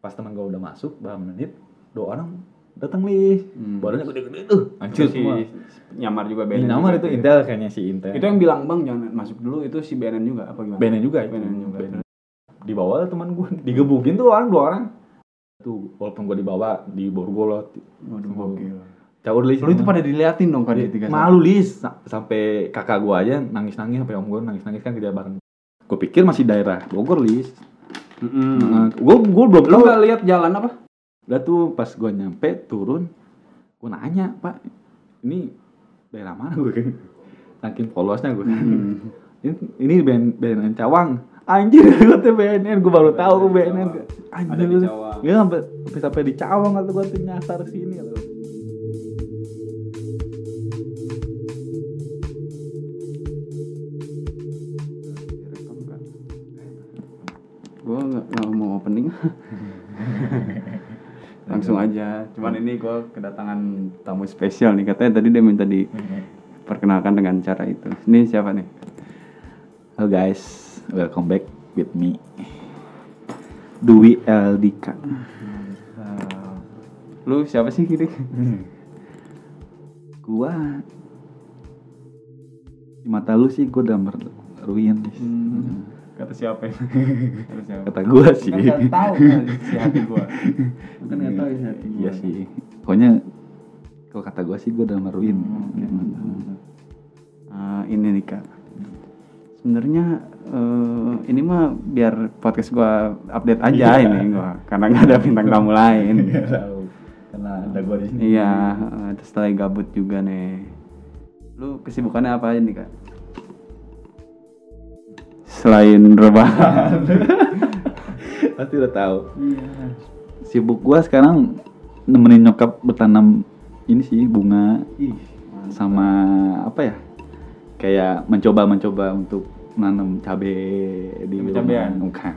Pas teman gue udah masuk berapa menit, 2 orang datang Lis. Barunya gede-gede tuh, hancur semua. Nyamar juga BNN. Nyamar itu Intel kayaknya si Intel. Itu yang bilang bang jangan masuk dulu, itu si BNN juga apa gimana? BNN juga. Di bawah teman gue digebukin tuh 2 orang. Tuh walaupun gue dibawa di borgol. Waduh gokil. Caur Lis. Lu itu pada diliatin dong kan di 3. Malu Lis, sampai kakak gue aja nangis-nangis, sampai om gue nangis-nangis kan kerja bareng. Gue pikir masih daerah Bogor Lis. Gue belum. Lu nggak lihat jalan apa? Udah tuh pas gue nyampe turun, gue nanya, Pak, ini daerah mana gue kan? Saking polosnya gue. Ini BNN Cawang. Anjir, gue tuh BNN, gue baru tahu gue BNN. Anjir, di Cawang. Ya sampai di Cawang atau gue tuh nyasar sini atau. Gue nggak mau opening. Langsung aja. Cuman ini gue kedatangan tamu spesial nih. Katanya tadi dia minta diperkenalkan dengan cara itu. Ini siapa nih? Halo guys, welcome back with me, Dwi Eldika. Lu siapa sih gitu? Gua di mata lu sih gue udah ruin. Kata siapa ya? Kata gua sih. Kan gak tahu kan si hati gua. Kan gak tahu si hati gua. Iya sih. Pokoknya kalau kata gua sih gua udah meruin. Ini nih Kak. Sebenarnya ini mah biar podcast gua update aja ini gua, karena nggak ada bintang tamu lain. Karena ada gua di sini. Iya, terus lagi gabut juga nih. Lu kesibukannya apa aja nih Kak? Selain rebahan. Pasti udah tahu. Iya. Sibuk gua sekarang nemenin nyokap bertanam ini sih bunga. Sama apa ya? Kayak mencoba untuk nanam cabe di cabean. Bukan.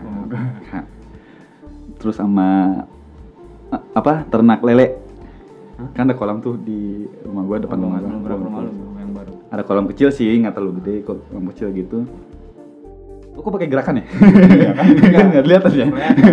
Terus sama apa? Ternak lele. Kan ada kolam tuh di rumah gua, depan rumah gua. Berapa rumah lu yang baru? Ada kolam kecil sih, enggak terlalu gede, kolam kecil gitu. Kok pakai gerakan ya? Iya kan? Kan enggak kelihatan ya.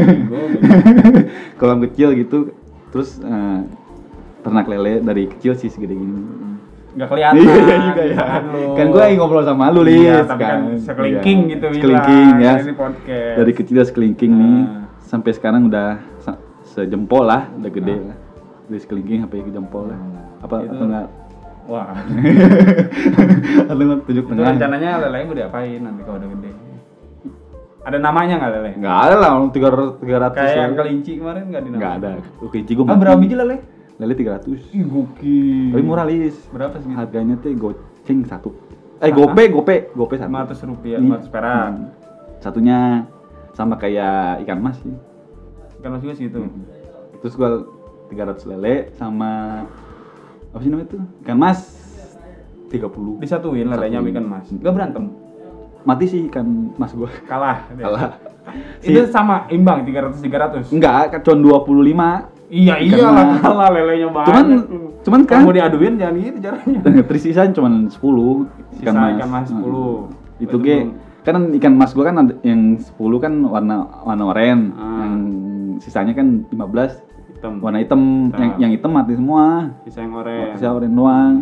Kolam kecil gitu. Terus ternak lele dari kecil sih segede gini. Enggak kelihatan. Iya juga ya. Kan gue lagi ngobrol sama lu, Lis. Iya, tapi kan sekelingking iya. gitu. Sekelingking ya. Dari podcast. Dari kecil sekelingking nih. Sampai sekarang udah sejempol lah, udah gede lah. Dari sekelingking sampai ke jempol lah. Apa itu, atau enggak? Wah. Atau enggak tunjuk Itu tengah. rencananya lelenya mau diapain nanti kalau udah gede? Ada namanya enggak lele? Enggak ada lah, 300. Kayak yang kelinci kemarin enggak dinamain? Enggak ada. Kelinci gue berapa biji lele? Lele 300. Ih, gokil. Tapi murah, Lis. Berapa sih? Harganya tuh goceng 1. Gope 1. Rp500, 500 perak. Satunya sama kayak ikan mas sih. Ikan mas juga sih itu. Terus gua 300 lele sama apa sih namanya itu? Ikan mas 30. Disatuin lelenya sama ikan mas. Enggak berantem. Mati sih ikan mas gua. Kalah. Itu sama imbang 300. Enggak, cuma 25. Iya iyalah, kalah lelenya banyak. Cuman kan mau diaduin jangan gitu caranya. Tersisa cuma 10 ikan mas 10. Itu kan ikan mas gua kan ada yang 10 kan warna oranye. Yang sisanya kan 15 hitam. Warna hitam. Yang hitam mati semua. Sisa yang oranye. Sisa oranye doang.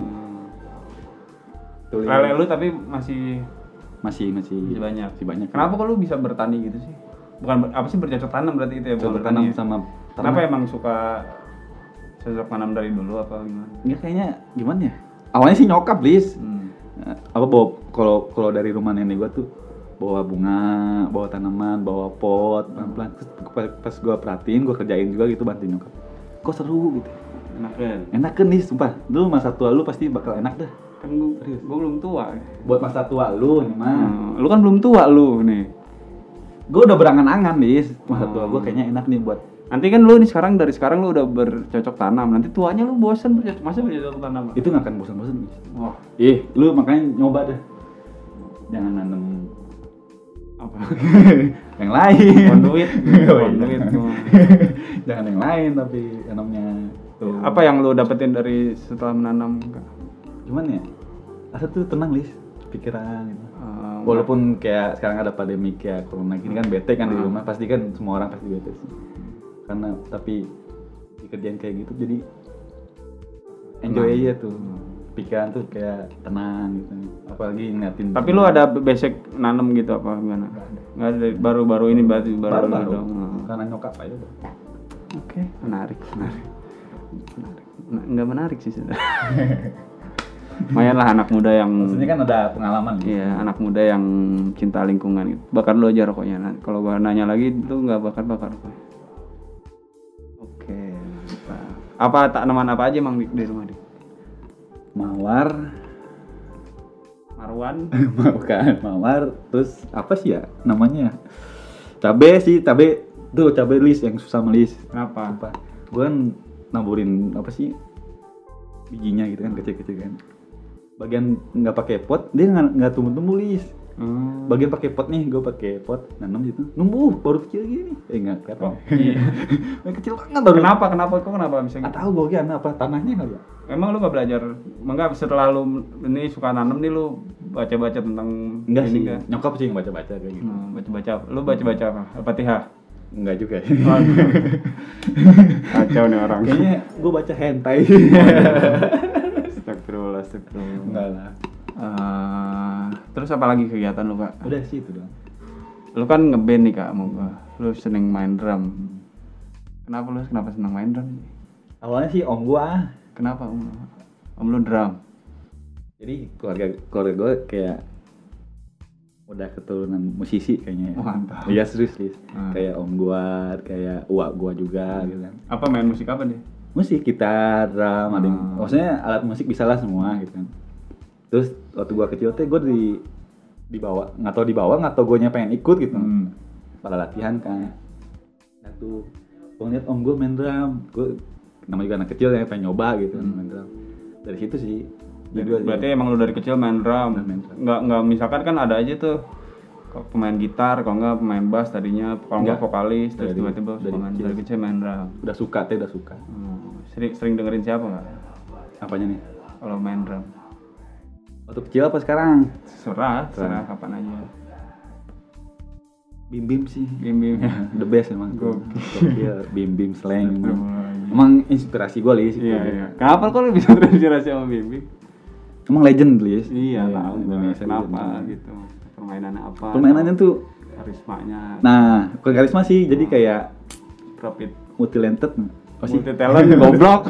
Lele lu tapi masih banyak. Kenapa kok lu bisa bertani gitu sih? Bukan apa sih bercocok tanam berarti itu ya, bukan bertanam bertani. sama Kenapa emang suka cocok tanam dari dulu apa gimana? Ya kayaknya gimana ya? Awalnya sih nyokap, Lis. Apa bawa kalau dari rumah nenek gua tuh bawa bunga, bawa tanaman, bawa pot, pelan-pelan. Terus pas gua perhatiin, gua kerjain juga gitu bantuin nyokap. Kok seru gitu. Enak kan nih, sumpah. Dulu masa tua lu pasti bakal enak dah. Kan gua belum tua. Buat masa tua lu nih mah. Lu kan belum tua lu nih. Gua udah berangan-angan nih, masa tua gua kayaknya enak nih buat. Nanti kan lu nih dari sekarang lu udah bercocok tanam. Nanti tuanya lu bosan bercocok tanam. Itu nggak akan bosan-bosan nih. Wah, lu makanya nyoba deh. Jangan nanam apa? yang lain. Konduit. Jangan yang lain tapi tanamnya. Tuh. Apa yang lu dapetin dari setelah menanam? Cuman ya, asa tuh tenang, Lis, pikiran gitu. Walaupun kayak sekarang ada pandemi kayak corona gini kan bete kan di rumah, pasti kan semua orang pasti bete sih. karena tapi dikerjain kayak gitu jadi enjoy aja tuh, pikiran tuh kayak tenang gitu, apalagi ngeliatin. Tapi lu ada basic nanem gitu apa gimana? Nggak ada, baru ini berarti baru dong. Karena nyokap aja. Oke, menarik. Nggak menarik sih sebenarnya. Lumayan lah anak muda yang Maksudnya kan ada pengalaman gitu. Iya, anak muda yang cinta lingkungan gitu. Bakar dulu aja rokoknya. Kalau gua nanya lagi itu nggak bakar rokoknya. Oke, mantap. Apa tanaman apa aja emang di rumah dia? Mawar, Marwan. bukan mawar, terus apa sih ya namanya? Cabe tuh, cabe lis yang susah melis. Kenapa? Apa? Gue kan naburin apa sih bijinya gitu kan, kecil-kecil kan. Bagian nggak pakai pot, dia nggak tumbuh lis. Bagian pakai pot nih, gue pakai pot nanam gitu, numbuh baru kecil gini. Nggak kelihatan. Iya. Kecil banget baru. Kenapa bisa Nggak gitu? tahu gue gimana, apa tanahnya kali ya? Emang lu nggak belajar? Enggak, setelah lu ini suka nanam nih lu baca-baca tentang Enggak ini sih, kan? nyokap sih yang baca-baca kayak gitu. Baca-baca. Lu baca-baca apa? Al-Fatihah. Enggak juga. Kacau nih orang. Kayaknya gue baca hentai. Astagfirullah. Enggak lah. Terus apa lagi kegiatan lu, Kak? Udah sih itu doang. Lu kan ngeband nih, Kak, mau gua. Lu seneng main drum. Kenapa seneng main drum? Awalnya sih om gua. Kenapa om lu drum? Jadi keluarga gue kayak udah keturunan musisi kayaknya. Oh, mantap. Iya serius. Kayak om gua, kayak uak gua juga gitu kan. Apa main musik apa deh? Musik, gitar, drum, ada yang, maksudnya alat musik bisa lah semua gitu kan. Terus waktu gua kecil teh gua dibawa, nggak tau guanya pengen ikut gitu. Pada latihan kan. Nah tuh gua ngeliat om gua main drum, gua namanya juga anak kecil yang pengen nyoba gitu main drum. Dari situ sih. Berarti emang lu dari kecil main drum. Nggak misalkan kan ada aja tuh pemain gitar, kalau nggak pemain bass tadinya, kalau nggak vokalis, terus tiba-tiba dari kecil main drum. Udah suka. Sering dengerin siapa nggak? Apanya nih? Kalau main drum? Waktu kecil apa sekarang? Serah kapan aja. Bim sih. Bim. The best emang. Gokil. Bim slang emang. Emang inspirasi gue Lis. Iya. Kenapa kok lu bisa terinspirasi sama Bim? Emang legend Lis. Iya, tahu. Indonesia. Kenapa gitu? Permainannya apa? Permainannya tuh karismanya. Nah, bukan karisma sih, jadi kayak profit multi-talented. Multi-talent goblok.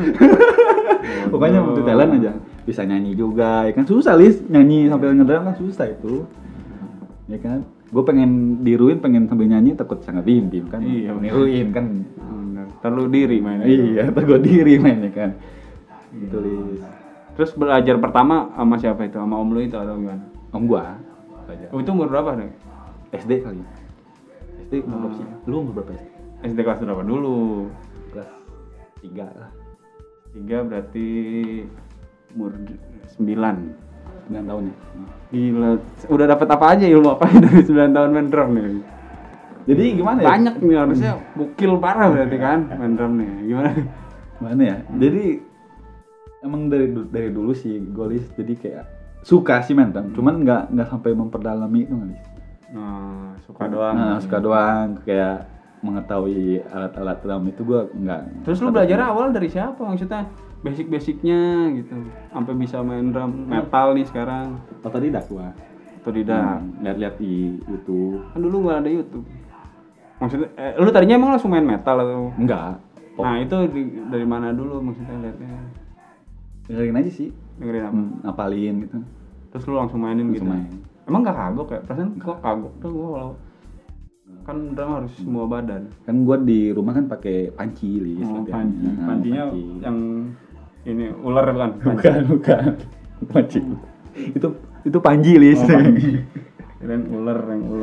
Pokoknya multi-talent aja. Bisa nyanyi juga, ya kan susah Lis. Nyanyi sambil ngedrum kan susah itu. Ya kan? Gue pengen diruin, pengen sambil nyanyi takut sangat Bim kan. Iya, niruin kan. Terlalu diri mainnya. Iya, terlalu diri mainnya kan. Gitu Lis. Terus belajar pertama sama siapa itu? Sama om lu itu atau gimana? Om gua. Oh, itu umur berapa deh? SD kali. SD umur berapa sih? Lu umur berapa SD? SD kelas berapa dulu? Kelas 3 lah. 3 berarti umur 9 tahun ya. Gila, udah dapat apa aja, ilmu apa dari 9 tahun main drum nih? Jadi gimana ya? Banyak nih, harusnya bukil parah berarti kan main drum nih. Gimana ya? Jadi emang dari dulu sih golis, jadi kayak suka sih main drum, cuman nggak sampai memperdalami itu nggak. Suka doang. Suka doang, kayak mengetahui alat-alat drum itu gua nggak. Terus lu belajar awal dari siapa maksudnya? Basic-basicnya gitu, sampai bisa main drum metal nih sekarang. Otodidak gua. Otodidak. Lihat-lihat di YouTube. Kan dulu nggak ada YouTube. Maksudnya, lu tadinya emang langsung main metal atau? Enggak. Pop. Nah itu dari mana dulu maksudnya liatnya? Dengerin aja sih. Dengerin apa? Ngapalin gitu. Terus lu langsung mainin gitu? Main. Emang gak kagok ya? Perasaan kok kagok tuh gua kalau kan drum harus semua badan. Kan gua di rumah kan pakai panci Lis. Pancinya yang ini ular kan? Bukan. Panci. Itu panji Lis. Keren ular.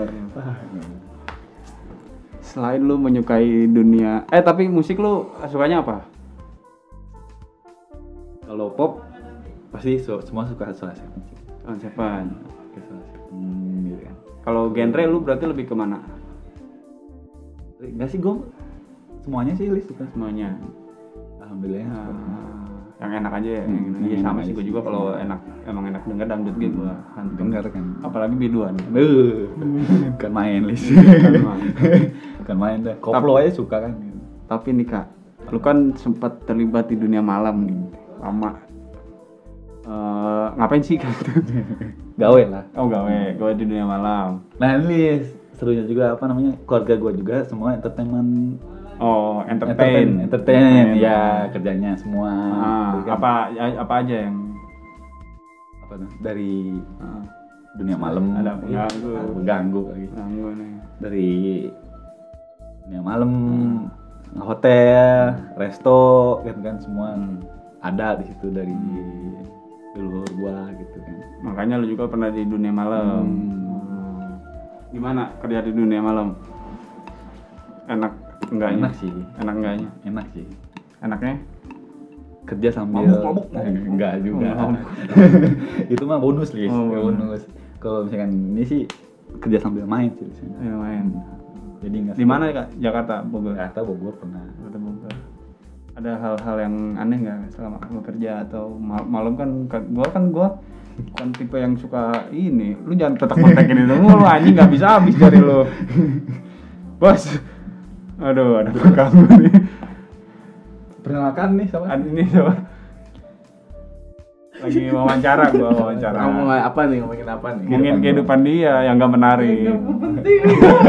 Selain lu menyukai dunia, tapi musik lu sukanya apa? Kalau pop pasti semua suka Soul Seven. Gitu kan. Kalau genre lu berarti lebih kemana? Enggak sih, gue semuanya sih Lis suka. Semuanya. Alhamdulillah. Yang enak aja ya. Iya sama sih gue juga, kalau emang enak denger dangdut gitu gua denger kan. Apalagi biduan. Bukan main Lis. Bukan main dah. Koplo aja suka kan. Tapi nih Kak, lu kan sempat terlibat di dunia malam nih, lama. Ngapain sih Kak? Gawe lah. Oh gawe di dunia malam. Nah ini serunya juga apa namanya, keluarga gue juga semua entertainment. Oh entertain ya kerjanya semua. Jadi kan, apa aja yang apa tuh, dari dunia malam ada mengganggu lagi. Ganggu nih. Dari dunia malam, hotel, resto kan semua ada di situ dari dulu gua gitu kan. Makanya lu juga pernah di dunia malam. Gimana kerja di dunia malam? Enak enggaknya? Enak sih. Enak enggaknya? Enak sih. Enaknya? Kerja sambil mabuk. Enggak juga. Itu mah bonus Lis. Bonus. Kalau misalkan ini sih kerja sambil main sih. Ya, main. Jadi enggak. Di mana Kak? Jakarta, Bogor. Jakarta, Bogor pernah. Jakarta, Bogor. Ada hal-hal yang aneh nggak selama bekerja atau malam kan gua bukan tipe yang suka ini. Lu jangan tetek-tetekin itu lu anjing, nggak bisa habis dari lu. Bos. Aduh, ada kamu nih. Perkenalkan nih sama Ini siapa? Lagi wawancara. Ngomong apa nih? Ngomongin apa nih? Ngomongin kehidupan dia yang nggak menarik. Penting.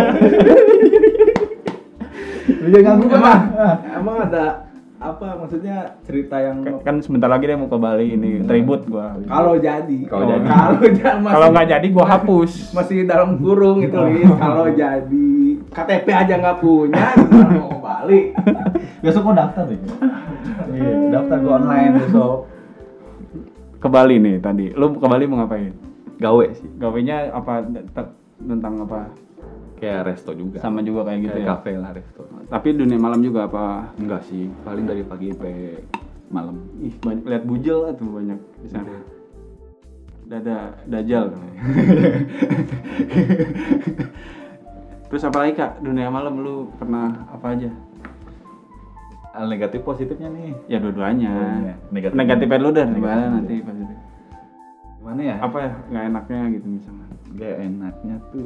Lu jangan ganggu kan? Emang ada apa maksudnya cerita yang Kan sebentar lagi dia mau ke Bali ini tribut gua. Kalau jadi Kalau nggak jadi gua hapus. masih dalam kurung itu Lis. Kalau jadi KTP aja nggak punya, gimana mau balik? besok mau daftar nih. Iya, daftar gua online besok. Ke Bali nih tadi. Lu ke Bali mau ngapain? Gawe sih. Gawenya apa tentang apa? Kayak resto juga. Sama juga kayak gitu Kayak ya. kafe lah resto. Tapi dunia malam juga apa? Enggak sih, paling dari pagi sampai malam. Ih, banyak lihat bujel tuh banyak di sana. Ada dajal. Terus apa lagi Kak? Dunia malam lu pernah apa aja? Hal negatif positifnya nih. Ya dua-duanya. Negatif. Negatifnya lu dah gimana nanti positif. Gimana ya? Apa ya nggak enaknya gitu misalnya? Gak enaknya tuh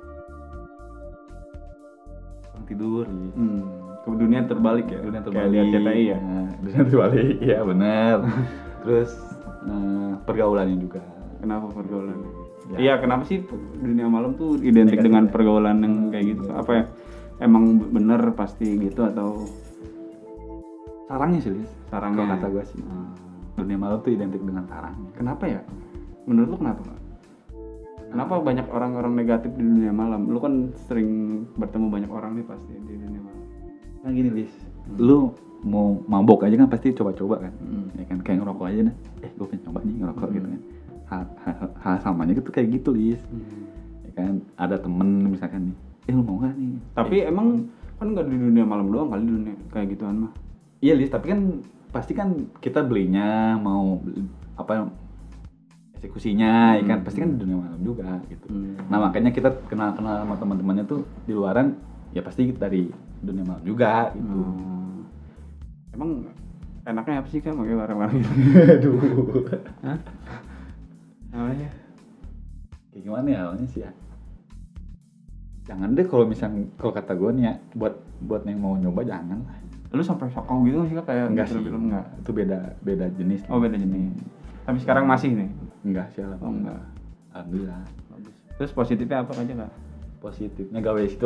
tidur gitu. Ke dunia terbalik ya. Dunia Kayak lihat CTI ya. Dunia terbalik, iya benar. Terus pergaulannya juga. Kenapa pergaulan? Ya. Iya, kenapa sih dunia malam tuh identik Negatif dengan ya. pergaulan yang kayak gitu? Apa ya? Emang bener pasti gitu atau Sarangnya sih, Lis. Sarangnya. Kalau kata gue sih. Dunia malam tuh identik dengan sarangnya. kenapa ya? Menurut lu kenapa? Kenapa banyak orang-orang negatif di dunia malam? Lu kan sering bertemu banyak orang nih pasti di dunia malam. Nah gini, Lis. Lu mau mabok aja kan pasti coba-coba kan. Ya kan kayak ngerokok aja dah. Gue pengen coba nih ngerokok gitu kan. Hal samanya gitu kayak gitu, Lis. Ya kan ada temen misalkan nih. Lu mau gak nih? Tapi emang kan nggak di dunia malam doang kali dunia kayak gituan mah. Iya, Lis, tapi kan pasti kan kita belinya mau apa eksekusinya ya kan pasti kan di dunia malam juga gitu. Nah, makanya kita kenal sama teman-temannya tuh di luaran ya pasti dari dunia malam juga gitu. Emang enaknya apa sih kan pakai barang-barang gitu? Aduh. Hah? Namanya? Kayak gimana ya awalnya sih ya? Jangan deh kalau kata gue nih ya buat yang mau nyoba jangan lah. Lu sampai sokong gitu sih kayak Enggak sih. film enggak? Itu beda jenis. Oh, beda jenis. Tapi sekarang masih nih. Enggak sih lah. Oh, enggak. Alhamdulillah. Bagus. Terus positifnya apa aja, Kak? Positifnya gawe situ.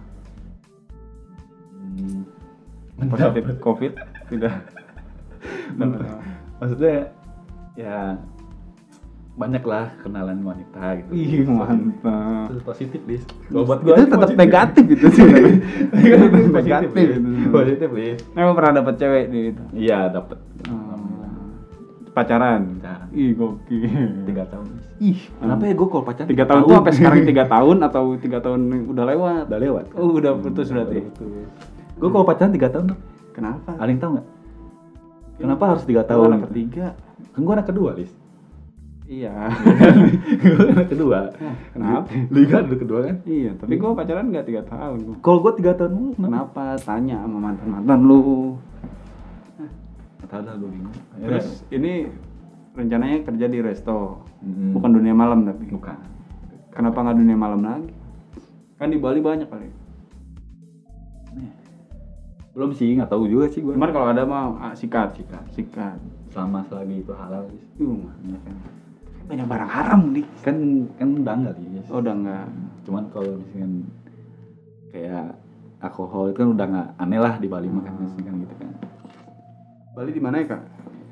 Positif Covid tidak. Maksudnya ya banyak lah kenalan wanita gitu. Ih, mantap. Itu positif, Lis. Itu tetap negatif itu sih. Negatif. Positif, Lis. Emang pernah dapet cewek di itu? Iya, dapet. Pacaran? Pacaran. Ih, gokil. 3 tahun. Ih, Kenapa ya gue kalau pacaran 3 tahun tuh sampai sekarang 3 tahun atau 3 tahun udah lewat? udah lewat. Oh, udah putus berarti. Gue kalau pacaran 3 tahun tuh. Kenapa? Ada yang tahu nggak? Kenapa harus 3 tahun? Anak ketiga. Kan gue anak kedua, Lis. Iya. Gue anak kedua. Kenapa? Lu kan anak kedua kan? Iya, tapi gue pacaran nggak 3 tahun. Kalau gue 3 tahun mulu, Kenapa? Tanya sama mantan-mantan lu. Nggak tahu dah, gue bingung. Terus ini rencananya kerja di resto, Mm-mm. bukan dunia malam tapi. Bukan. Kenapa nggak dunia malam lagi? Kan di Bali banyak kali. Belum sih, nggak tahu juga sih gue. Cuman kalau ada mah sikat. Selagi itu halal. Ya kan. Banyak barang haram nih. Kan udah enggak sih. Oh, udah enggak. Cuman kalau misalkan kayak alkohol itu kan udah nggak aneh lah di Bali mah kan gitu kan. Bali di mana ya, Kak?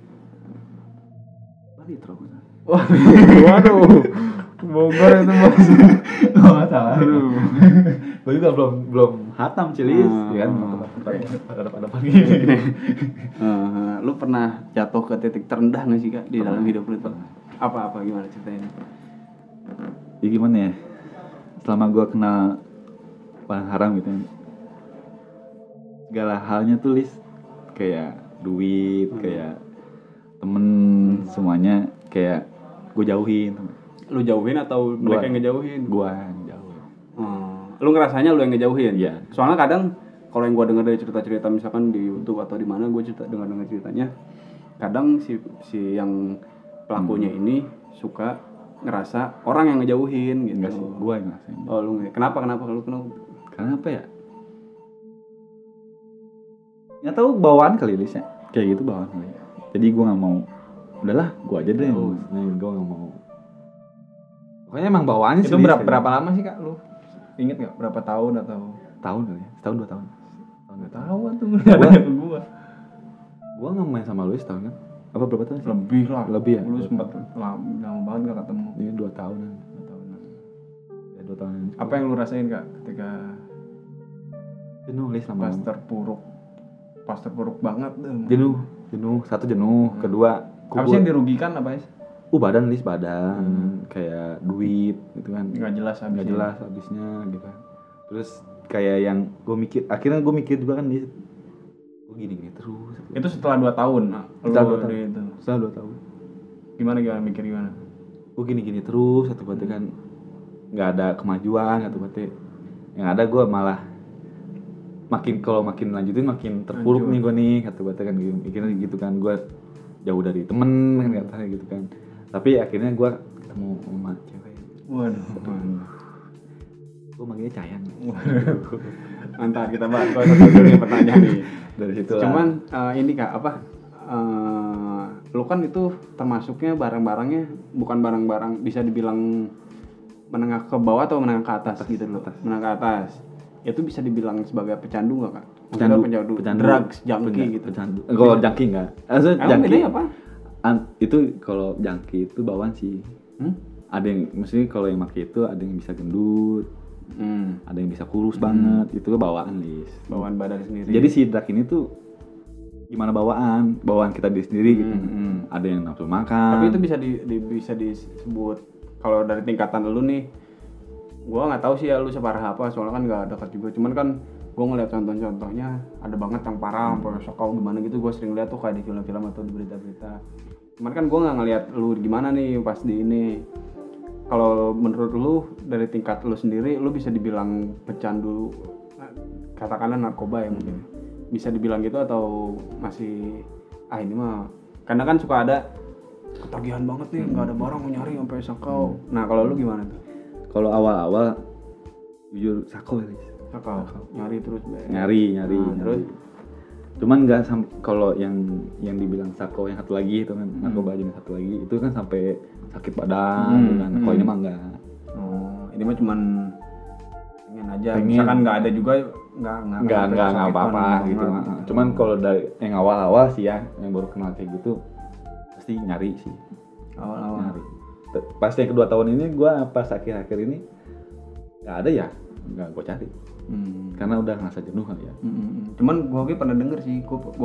Bali terus. Waduh. Bogor itu Bos. Nggak salah. Gue juga belum hatam cilis, ya kan? Pada pagi. Lu pernah jatuh ke titik terendah nggak sih, Kak, di dalam hidup lu itu? Apa gimana ceritanya? Ya gimana ya? Selama gue kenal barang haram gitu kan, segala halnya tulis kayak duit, kayak temen, semuanya kayak gue jauhin. Lu jauhin atau mereka yang ngejauhin? Gua ngejauhin. Lu ngerasanya lu yang ngejauhin? Iya. Soalnya kadang kalau yang gua dengar dari cerita-cerita misalkan di YouTube atau di mana, gua dengar ceritanya, kadang si yang pelakunya ini suka ngerasa orang yang ngejauhin gitu. Enggak sih, gua yang ngerasain. Oh, lu kenapa lu kenapa? Karena apa ya? Nggak tahu bawaan kali Lisnya. Kayak gitu bawaan kali. Jadi gua nggak mau. Udahlah, gua aja deh. Gua nggak mau. Pokoknya emang bawaannya itu berapa lama sih, Kak, lu? Ingat nggak berapa tahun atau tahun kali ya? Setahun 2 tahun. Tahun tuh Gua nggak main sama lu setahun kan? Apa berapa tahun sih? Lebih lah. Lebih ya? Lu sempat lama banget gak ketemu. Iya 2 tahunan. 2 tahunan. Ya 2 tahun. Apa yang lu rasain, Kak, ketika jenuh Lis sama pas terpuruk banget deh. Jenuh. Satu jenuh, kedua apa sih yang dirugikan apa ya? Badan kayak duit gitu kan. Nggak jelas habisnya gitu kan. Terus kayak yang akhirnya gue mikir juga kan gue gini terus. Itu setelah 2 tahun. Setelah 2 tahun. Gimana mikir gimana? Gue gini terus satu berarti kan nggak ada kemajuan satu berarti. Yang ada gue malah makin lanjutin makin terpuruk nih gue nih satu berarti kan mikirnya gitu kan, gue jauh dari temen kan katanya gitu kan. Tapi akhirnya gue ketemu sama cewek. Waduh. Gue manggilnya Cayang. Mantap, kita bahas satu pertanyaan nih. Dari situ. Cuman ini, Kak, lu kan itu termasuknya barang-barangnya bukan barang-barang bisa dibilang menengah ke bawah atau menengah ke atas gitu loh. Menengah ke atas. Itu bisa dibilang sebagai pecandu nggak, Kak? Pecandu drugs, junkie gitu. Kalau junkie nggak? Emang bedanya apa? Itu kalau junkie itu bawaan sih. Ada yang maksudnya kalau yang make itu ada yang bisa gendut, ada yang bisa kurus banget, itu bawaan Lis. Bawaan badan sendiri. Jadi si drug ini tuh gimana bawaan kita diri sendiri gitu. Ada yang nafsu makan. Tapi itu bisa disebut kalau dari tingkatan lu nih. Gua nggak tahu sih ya lu separah apa, soalnya kan nggak dekat juga. Cuman kan gue ngeliat contoh-contohnya ada banget yang parah sampai sokau gimana gitu. Gue sering lihat tuh kayak di film-film atau di berita-berita. Cuman kan gue nggak ngeliat lu gimana nih pas di ini. Kalau menurut lu dari tingkat lu sendiri, lu bisa dibilang pecandu, katakanlah narkoba ya mungkin. Bisa dibilang gitu atau masih ini mah karena kan suka ada ketagihan banget nih, nggak ada barang mau nyari sampai sakau. Nah kalau lu gimana tuh? Kalau awal-awal jujur sakau ya. Sakau. Nyari terus. Nyari. Terus cuman nggak kalau yang dibilang sakau yang satu lagi itu kan narkoba jenis satu lagi itu kan sampai sakit badan kan. Kalau ini mah enggak. Oh, ini mah cuman pengen aja. Misalkan nggak ada juga nggak apa-apa gitu. Cuman kalau dari yang awal-awal sih ya, yang baru kenal kayak gitu pasti nyari sih. Awal-awal. Nyari. Pas yang kedua tahun ini gue pas akhir-akhir ini nggak ada ya, nggak gue cari. Karena udah ngerasa jenuh kali ya. Cuman gue pernah denger sih,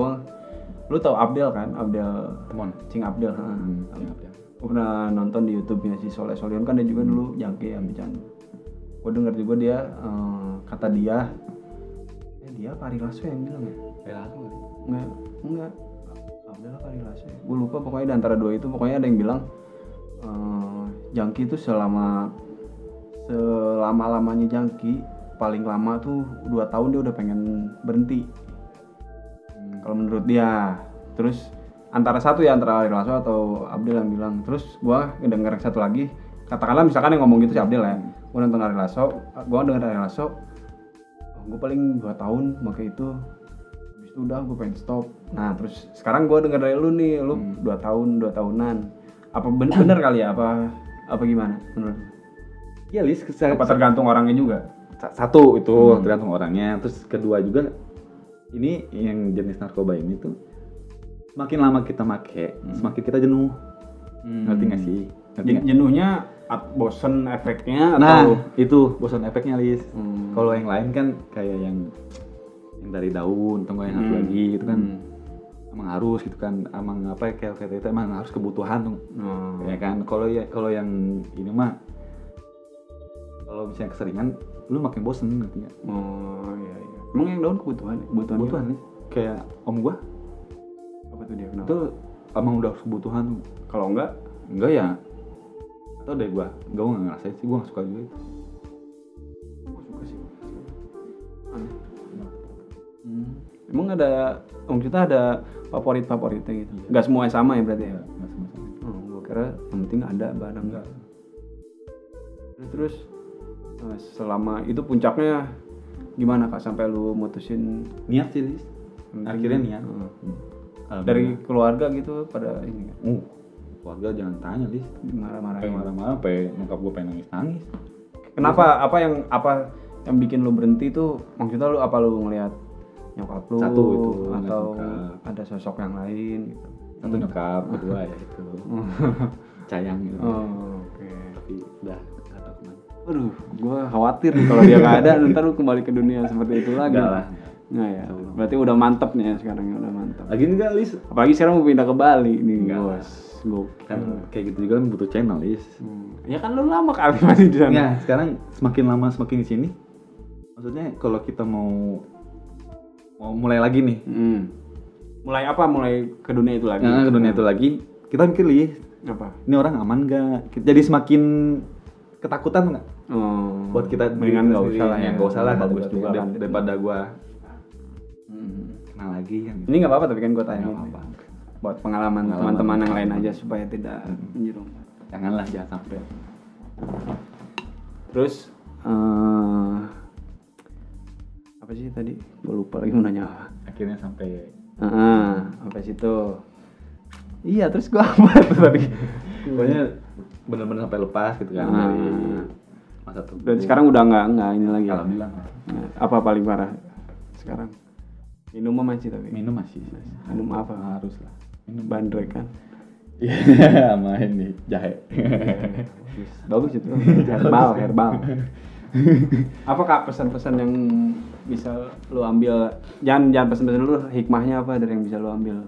lu tau Abdel kan? Abdel Temon. Cing Abdel. Gue pernah nonton di YouTube-nya si Soleh Solion kan, dia juga dulu junkie yang bercandu. Gue denger juga dia kata dia apa Ari Lasso yang bilang ya? Enggak. Abdel apa Ari Lasso ya? Gue lupa, pokoknya di antara dua itu pokoknya ada yang bilang junkie itu selama-lamanya junkie paling lama tuh 2 tahun dia udah pengen berhenti. Kalau menurut dia. Terus antara Ari Lasso atau Abdel yang bilang. Terus gua ngedenger satu lagi, katakanlah misalkan yang ngomong gitu si Abdel ya. Gua nonton Ari Lasso, gua denger Ari Lasso, gua paling 2 tahun pakai itu udah gue pengen stop. Nah terus sekarang gue dengar dari lu nih, lu 2 tahunan. Apa bener kali ya? Apa gimana menurut? Iya Lis, Apa tergantung orangnya juga? satu itu tergantung orangnya. Terus kedua juga ini yang jenis narkoba ini tuh semakin lama kita make, semakin kita jenuh. Ngerti nggak sih? Ngerti nggak? Jenuhnya bosen efeknya Nah, atau itu bosan efeknya Lis. Kalau yang lain kan kayak yang dari daun atau nggak yang satu lagi gitu kan. Emang harus gitu kan, emang apa ya, kayak itu emang harus kebutuhan tuh. Ya kan, kalau yang ini mah kalau misalnya keseringan lu makin bosen gitu ya. Oh iya. Emang yang daun kebutuhan Nih. Kayak om gua apa tuh dia kenapa? itu emang udah kebutuhan. Kalau enggak ya atau deh gua nggak ngerasain sih, gua nggak suka juga itu. gua suka sih. Aneh. Emang ada kita ada favoritnya gitu. Enggak semua sama ya berarti ya? Nggak sama-sama. Gua kira yang penting ada barang enggak. Terus selama itu puncaknya gimana Kak sampai lu mutusin Niat sih Lis. Akhirnya niat. dari keluarga gitu pada ini kan? Keluarga jangan tanya Lis. Marah-marah. Pengen marah-marah, pengen nyokap gua pengen nangis. Kenapa? Apa yang bikin lu berhenti tuh? Maksudnya lu apa lu ngelihat nyokap lu Satu itu, atau nyokap. ada sosok yang lain gitu? Satu nyokap, kedua ya itu sayang gitu. Oke. Tapi udah nggak tahu kemana. Aduh, gua khawatir nih kalau dia nggak ada, ntar lu kembali ke dunia seperti itu lagi. Enggak lah. Nggak ya. Berarti udah mantep nih ya sekarang, udah mantep. Lagi enggak Lis? Apalagi sekarang mau pindah ke Bali nih, Enggak lah. bos. Gokil. Kan kayak gitu juga kan butuh channel Lis. Ya kan lu lama kali masih di sana. Nah, sekarang semakin lama semakin di sini. Maksudnya kalau kita mau mulai lagi nih. Mulai apa? Mulai ke dunia itu lagi. Nah, ke dunia itu lagi, kita mikir Lis, Apa? ini orang aman gak? Jadi semakin ketakutan nggak? Buat kita mendingan nggak usah lah ya. Nggak usah lah, Bagus juga kan. daripada gua kenal lagi kan. Ini nggak apa-apa tapi kan gue tanya. Nggak apa-apa. Buat pengalaman teman-teman yang lain aja supaya tidak menjerumuskan. Janganlah, jangan sampai. Terus apa sih tadi? Gue lupa lagi mau nanya apa. Akhirnya sampai Sampai situ. Iya, terus gue apa tuh tadi? pokoknya benar-benar sampai lepas gitu kan dari masa tuh. Dan sekarang udah nggak ini lagi. Alhamdulillah. Nah, apa paling parah sekarang? Minum masih tapi. Minum masih. Minum apa? Harus lah. Minum bandrek kan. Iya, sama ini jahe. Bagus itu. Herbal. Apa Kak pesan-pesan yang bisa lu ambil? Jangan pesan-pesan lu, hikmahnya apa dari yang bisa lu ambil?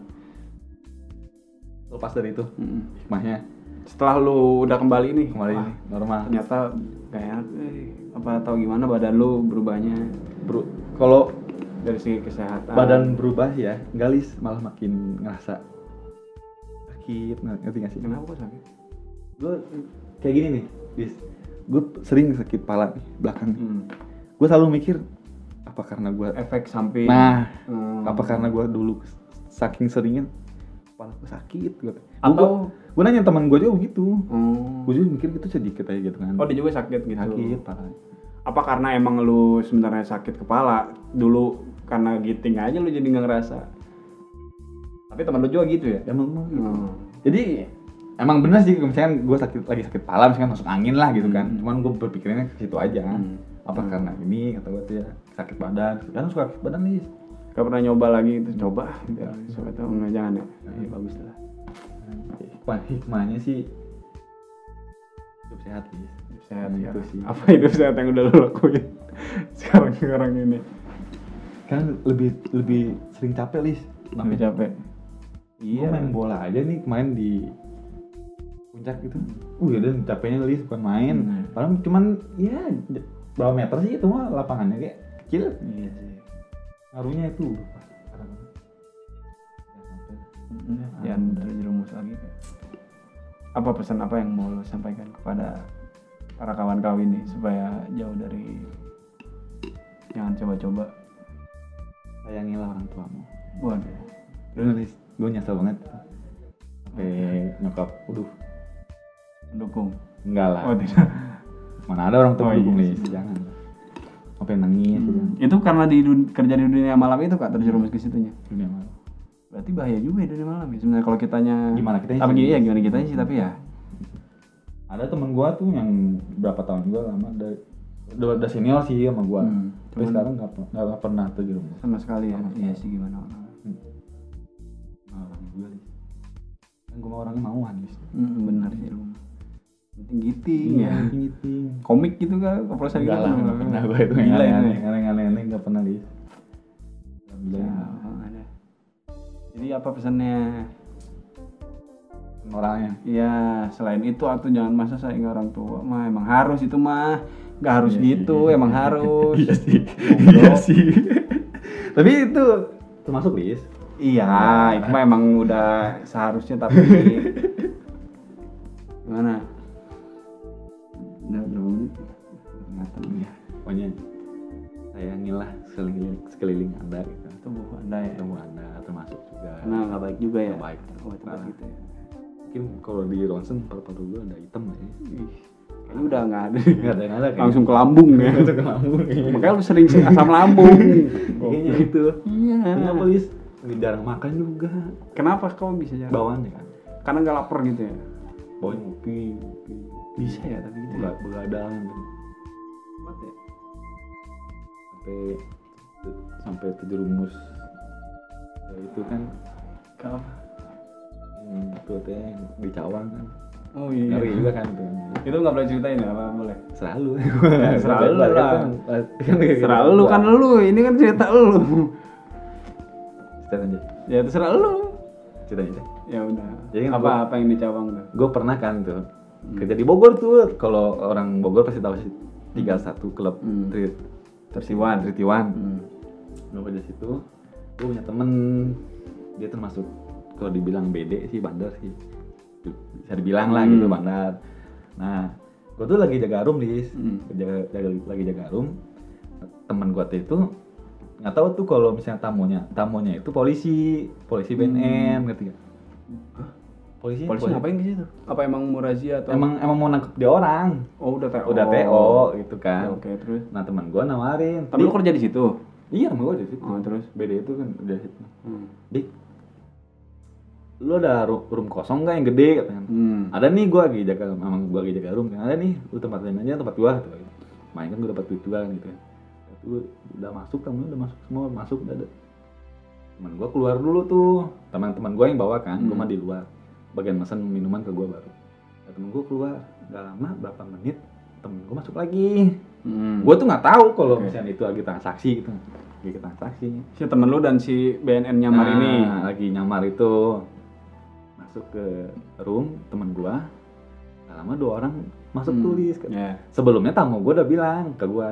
Lepas dari itu, hikmahnya Setelah lu udah kembali nih, kembali ini normal. ternyata gak enak, apa atau gimana badan lu berubahnya Kalau dari segi kesehatan? badan berubah ya, galis malah makin ngerasa sakit, ngerti gak sih? Kenapa kok sakit? Gue kayak gini nih, gue sering sakit pala nih belakang. Gue selalu mikir apa karena gue Efek samping. apa karena gue dulu saking seringnya kepala gue sakit gitu. Atau Gue nanya teman gue juga begitu. Oh. Gue juga mikir gitu sedikit aja gitu kan. Oh, dia juga sakit gitu. Sakit parah. Apa karena emang lu sebenarnya sakit kepala dulu karena giting aja lu jadi nggak ngerasa? Tapi teman lu juga gitu ya? Emang gitu. Jadi emang bener sih misalkan gue lagi sakit kepala misalkan masuk angin lah gitu kan. Cuman gue berpikirnya ke situ aja. Apa karena ini kata gue tuh ya sakit badan. Kadang suka sakit badan nih. Gak pernah nyoba lagi itu, coba biar siapa tahu nggak, jangan ya. Ya bagus lah. Hikmahnya sih hidup sehat nih. Hidup sehat ya. Itu sih. Apa hidup sehat yang udah lu lakuin sekarang ini? Kan lebih sering capek Lis. Lebih capek. Iya. Gue main bola aja nih kemarin di puncak gitu. Dan capeknya Lis bukan main. Padahal cuman ya berapa meter sih itu mah lapangannya kayak kecil. Iya sih. Ngaruhnya itu Jangan terjerumus lagi. Apa pesan apa yang mau lo sampaikan kepada para kawan-kawan ini supaya jauh dari, jangan coba-coba. Sayangilah orang tuamu. Waduh. Terus gue nyesel banget sampai nyokap Mendukung. enggak lah. Oh tidak. Mana ada orang tua mendukung iya. nih, jangan. sampai nangis gitu. Itu karena kerja di dunia malam itu Kak terjerumus ke situnya. Dunia malam. Berarti bahaya juga ya dunia malam ya. Sebenarnya kalau kitanya Gimana kitanya tapi sih? iya gimana kitanya sih tapi ya. Ada temen gua tuh yang berapa tahun juga lama udah senior sih sama gua. Tapi sekarang nggak pernah terjerumus. Sama sekali ya. Iya sih gimana orang. Orang juga nih. Kan gua mah orangnya mauan nih. Benar sih lu. Penting giting ya. Giting. Komik gitu kan, oplosan gitu. Enggak lah, nggak pernah gua itu Gila ya. aneh-aneh nggak pernah nih. Ya, ada. Jadi apa pesannya? Orangnya. Iya, selain itu atau jangan masa saing orang tua mah emang harus itu mah. Nggak harus gitu, emang harus. Iya sih. Iya sih. Tapi itu termasuk Lis. Iya, itu mah emang udah seharusnya tapi gimana? Udah berapa menit? Ingatan ya. Pokoknya sayangilah sekeliling Anda gitu. Tubuh Anda ya. Tubuh Anda termasuk juga. Nah, nggak baik juga ya. Nggak baik. Buat Nah. gitu ya. Mungkin kalau di ronsen paru-paru gue ada hitam ya. Ih, kayaknya udah nggak ada. Nggak ada yang ada kayaknya. Langsung ke lambung ya. Langsung ke lambung. Makanya lu sering asam lambung. Kayaknya itu. Iya. Kenapa Lis? Jarang makan juga. Kenapa kamu bisa jarang? Bawaannya kan. Karena nggak lapar gitu ya. Bawain ngopi. Bisa ya tapi gitu. Ya. Begadang gitu. Kuat ya. Sampai terjerumus. Ya, itu kan Kenapa? itu teh yang di Cawang kan. Oh iya. Ngeri juga kan itu. Itu nggak boleh ceritain ya? Apa boleh? Selalu. Selalu lah. Kan Selalu kan lu. Ini kan cerita lu. Cerita aja. Ya terserah lu. Cerita aja. Ya udah. Jadi kan Apa yang dicabang tuh? Gue pernah kan tuh kerja di Bogor tuh. Kalau orang Bogor pasti tahu sih 31 klub Tersiwan. Gue kerja situ. Gue punya temen, dia termasuk kalau dibilang BD sih bandar sih, bisa dibilang lah gitu bandar. Nah, gue tuh lagi jaga room lagi jaga room. Temen gue tuh itu nggak tahu tuh kalau misalnya tamunya itu polisi BNN gitu ya. Polisi ngapain di situ? Apa emang mau razia atau? Emang mau nangkep dia orang. Oh udah TO. Udah TO gitu kan. Oke, terus. Nah teman gue nawarin. Tapi lu kerja di situ? Iya temen gue di situ. Oh, terus? BD itu kan udah situ. Dik, lu ada room kosong nggak yang gede katanya? Ada nih gue lagi jaga, memang gue lagi jaga room. Ada nih, lu tempatin aja tempat gue. Gitu. Main kan gue dapat duit juga gitu. Itu udah masuk, kamu udah masuk semua, masuk udah ada. Teman gue keluar dulu tuh, teman-teman gue yang bawa kan, gue mah di luar. Bagian mesen minuman ke gue baru. Nah, temen gue keluar, nggak lama berapa menit temen gue masuk lagi. Gue tuh nggak tahu kalau misalnya itu lagi transaksi gitu, lagi transaksi. Si temen lu dan si BNN nyamar ini lagi nyamar itu masuk ke room temen gue. Nggak lama 2 orang masuk tulis. Sebelumnya tamu gue udah bilang ke gue,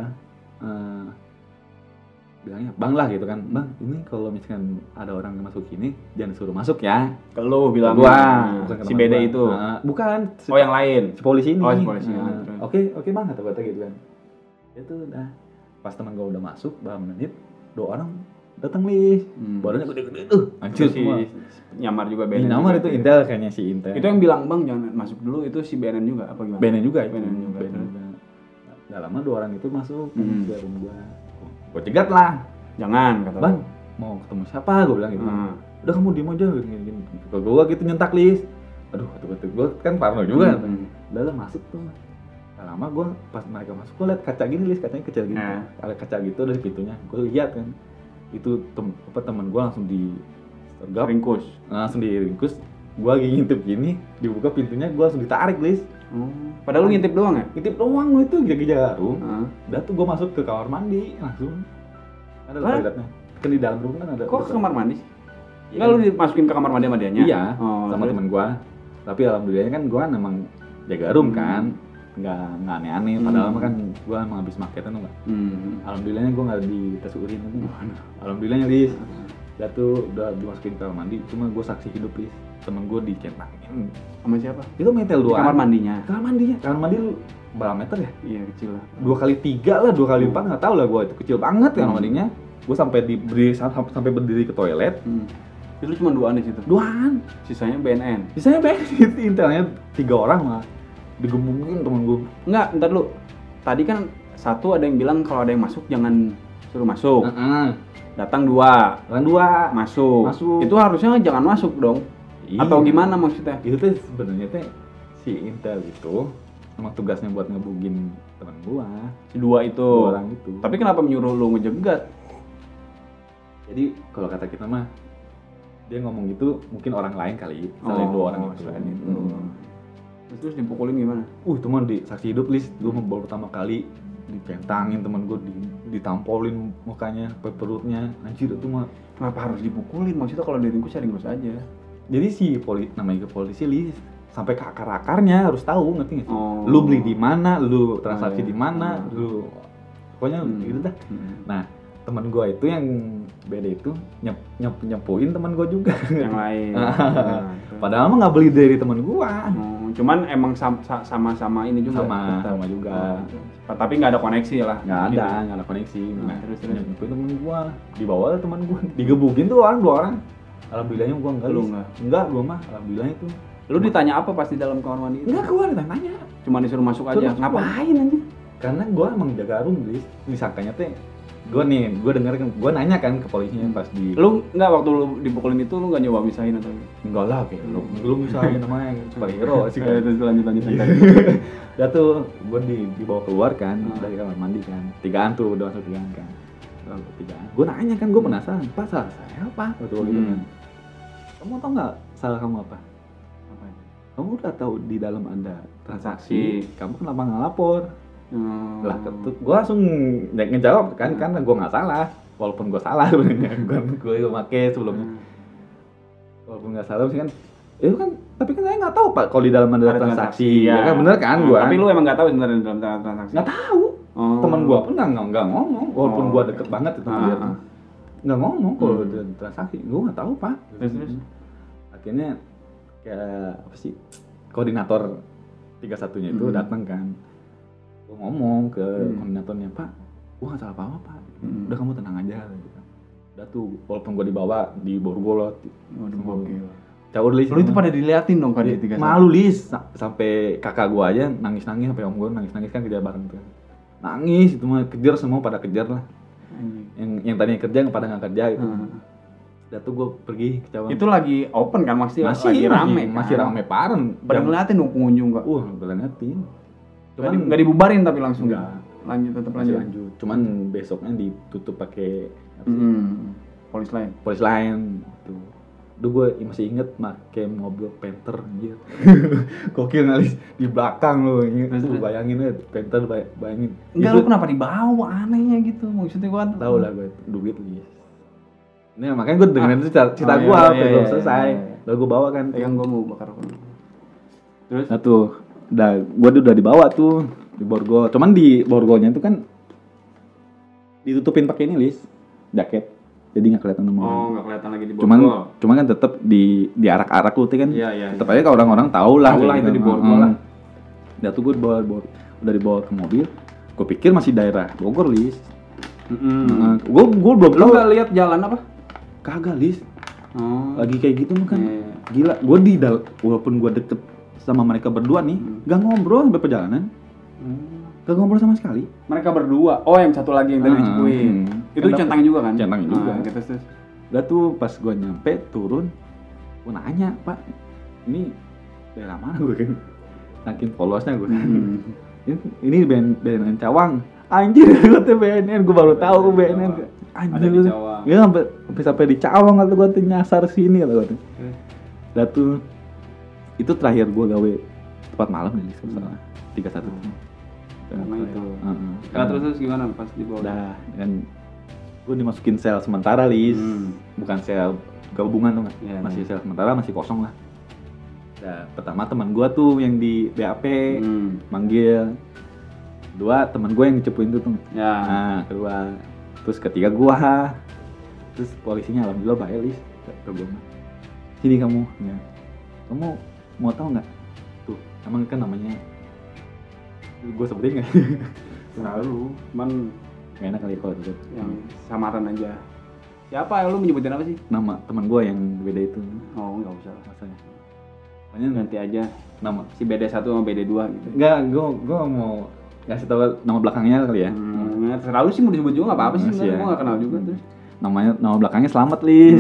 bilangnya bang lah gitu kan, bang ini kalau misalkan ada orang yang masuk sini jangan suruh masuk ya. ke lu bilang Gua, si BD itu. Bukan. Yang lain. Si polisi ini. Oh, si polisi. Oke bang kata gitu kan. Itu udah pas teman gue udah masuk berapa menit 2 orang datang nih. Badannya gede-gede tuh. Hancur semua. Nyamar juga BNN. Nyamar itu Intel kayaknya si Intel. Itu yang bilang bang jangan masuk dulu, itu si BNN juga apa gimana? BNN juga. BNN juga. Nggak lama 2 orang itu masuk ke room gue. Gue cegat lah. Jangan kata Bang, mau ketemu siapa? Gue bilang gitu. Udah kamu diem aja gini. Gue gitu nyentak Lis. Aduh, kata gue kan parno juga. Udah lah masuk tuh. Gak lama gue pas mereka masuk gue liat kaca gini Lis, kacanya kecil gitu. Ada kaca gitu dari pintunya. Gue lihat kan. Itu teman gue langsung ringkus. Langsung diringkus. Gue lagi ngintip gini, dibuka pintunya gue langsung ditarik Lis. Padahal lu ngintip doang ya? Ngintip doang lu itu jaga room. Udah tuh gue masuk ke kamar mandi langsung. Ada toiletnya. Kan di dalam rumah kan ada. Kok ke kamar mandi? Enggak, lu dimasukin ke kamar mandi sama dianya? Iya, sama temen gua. Tapi alhamdulillahnya kan gua kan emang jaga room kan. Enggak aneh-aneh, padahal kan gua emang habis maketan enggak. Alhamdulillahnya gua enggak dites urin itu. Alhamdulillahnya Lis. Dia tuh udah dimasukin ke kamar mandi, cuma gua saksi hidup Lis. Temen gua dicentakin. Sama siapa? Itu metel doang. Kamar mandinya. Kamar mandi lu berapa meter ya? Iya, kecil lah. 2x3 lah, 2x4 enggak tahu lah gua, itu kecil banget kan mandinya. Gue sampai berdiri ke toilet. Itu cuma 2an di situ. 2an. Sisanya BNN. Sisanya BNN. Intelnya 3 orang lah. Digemukin temen gue. Enggak, ntar lu. Tadi kan satu ada yang bilang kalau ada yang masuk jangan suruh masuk. Heeh. Datang 2, Kan 2 masuk. Masuk. Itu harusnya jangan masuk dong. Iya. Atau gimana maksudnya? Itu tuh sebenarnya teh si Intel itu emang tugasnya buat ngebugin teman gua. Si 2 itu. 2 orang itu. Tapi kenapa menyuruh lu ngejegat? Jadi kalau kata kita mah dia ngomong gitu mungkin orang lain kali, selain 2 orang itu. Selain itu. Terus dipukulin gimana? Itu mah di saksi hidup list, gue baru pertama kali dipentangin temen gue, ditampolin mukanya, perutnya, anjir itu mah. Kenapa harus dipukulin? Maksudnya kalau diringkus ya ringkus aja. Jadi si namanya ke polisi list, sampai ke akar-akarnya harus tahu, ngerti nggak sih? Oh. Lu beli di mana, lu transaksi iya. di mana, lu pokoknya gitu dah. Nah temen gue itu yang beda itu nyepuin temen gue juga. Yang lain. Padahal mah nggak beli dari temen gue. Cuman emang sama-sama ini juga. Sama juga. Tapi nggak ada koneksi lah. Nggak Gitu. ada koneksi. Nah, terus. Nyepuin temen gue, dibawa lah temen gue, digebukin tuh 2 orang. Alhamdulillahnya gue enggak. Lu enggak, gue mah alhamdulillahnya tuh. Lu ditanya apa pas di dalam kamar mandi itu? Enggak, gue ditanya. Cuma disuruh masuk aja. Suruh Ngapain anjir? Karena gue emang jaga room, disangkanya teh gue denger kan, gue nanya kan ke polisinya pas di Lu nggak waktu lu dipukulin itu lu nggak nyoba misahin atau? enggak lah kayak lu misalnya namanya superhero sih kan. Terus lanjut. Ya tuh gue dibawa keluar kan dari kamar mandi kan, 3an tuh udah masuk 3an kan. Lalu 3an gue nanya kan, gue penasaran, Pak salah saya apa betul gitu kan. Kamu tau nggak salah kamu apa? Kamu udah tahu di dalam ada transaksi, kamu kenapa nggak lapor? Lah gue langsung ngejawab kan, karena gue nggak salah, walaupun gue salah sebenarnya, gue make sebelumnya, walaupun nggak salah sih kan, itu kan, tapi kan saya nggak tahu Pak kalau di dalam ada transaksi, ya kan bener kan gue. Tapi lu emang nggak tahu sebenarnya dalam transaksi? Nggak tahu, teman gue pun nggak ngomong, walaupun gue deket banget itu dia tuh, nggak ngomong kalau ada transaksi, gue nggak tahu Pak. Terus akhirnya kayak apa sih, koordinator 31-nya itu datang kan. Gue ngomong ke koordinatornya, Pak, gue gak salah apa-apa Pak, udah kamu tenang aja gitu. Udah tuh, walaupun gue dibawa di borgol caur Lis. lu itu pada diliatin dong kan di 31? Malu Lis, sampai kakak gue aja nangis-nangis, sampai om gue nangis-nangis kan kerja bareng tuh. Nangis, itu mah kejar, semua pada kejar lah. Yang tadinya kerja pada gak kerja gitu. Udah tuh gue pergi ke Cawang. Itu lagi open kan, lagi rame kan? Masih rame parah. Pada ngeliatin dong pengunjung kak? Pada ngeliatin. Cuman nggak dibubarin tapi langsung enggak. Tetap lanjut. Cuman besoknya ditutup pakai polis lain. Polis lain tuh. Duh gue masih inget pakai mobil Panther anjir. Gokil ngalis di belakang lo, lu bayangin aja Panther, bayangin. Enggak, lu kenapa dibawa, anehnya gitu. Maksudnya gua tahu lah gue duit Lis. Ini makanya gue dengerin itu cerita gue belum selesai. Lalu gue bawa kan. Yang gue mau bakar rokok. Terus? Nah tuh, gue udah dibawa tuh di borgol. Cuman di borgolnya itu kan ditutupin pakai ini Lis, jaket. Jadi nggak kelihatan nomor. Oh, nggak kelihatan lagi di borgol. Cuman kan tetap di arak-arak lu tuh kan. Iya. Tetap aja kalau orang-orang tahu lah. Tahu lah itu di borgol lah. Udah tuh gue udah dibawa ke mobil. Gue pikir masih daerah Bogor Lis. Gue belum. Lu nggak lihat jalan apa? Kagak Lis. Lagi kayak gitu kan. Gila, gue walaupun gue deket sama mereka berdua nih, gak ngobrol sampai perjalanan. Gak ngobrol sama sekali. Mereka berdua. Oh, yang satu lagi yang tadi dicepuin. Itu centangnya juga kan? Centangnya juga. Terus. Udah tuh pas gue nyampe turun, gue nanya, Pak, ini daerah mana gue kan? Saking polosnya gue. Ini BNN Cawang. Anjir, gue tuh BNN, gue baru tahu BNN. Anjir, gue sampai di Cawang atau gue tuh nyasar sini atau gue tuh. Udah tuh itu terakhir gue gawe tempat malam nih salah 31 Karena itu. Karena terus gimana pas dibawa? Udah kan gue dimasukin sel sementara Lis, bukan sel gabungan tuh nggak? Masih sel sementara, masih kosong lah. Nah, pertama teman gue tuh yang di BAP manggil, kedua teman gue yang dicepuin tuh. Nah kedua, terus ketiga gue, terus polisinya alhamdulillah baik Lis, ke gue sini kamu, ya. Kamu mau tahu nggak? Tuh, emang kan namanya, gue sebutin nggak? Terlalu, cuman nggak enak kali kalau itu. Yang samaran aja. Siapa? Lu menyebutin apa sih? Nama teman gue yang beda itu. Oh, nggak usah. Rasanya. Pokoknya ganti aja nama si BD1 sama BD2 gitu. Enggak, gue mau Kasih tahu nama belakangnya kali ya. Terlalu sih mau disebut juga nggak apa-apa sih, Masih ya. gue nggak kenal juga terus. Nama belakangnya Selamat, Lis.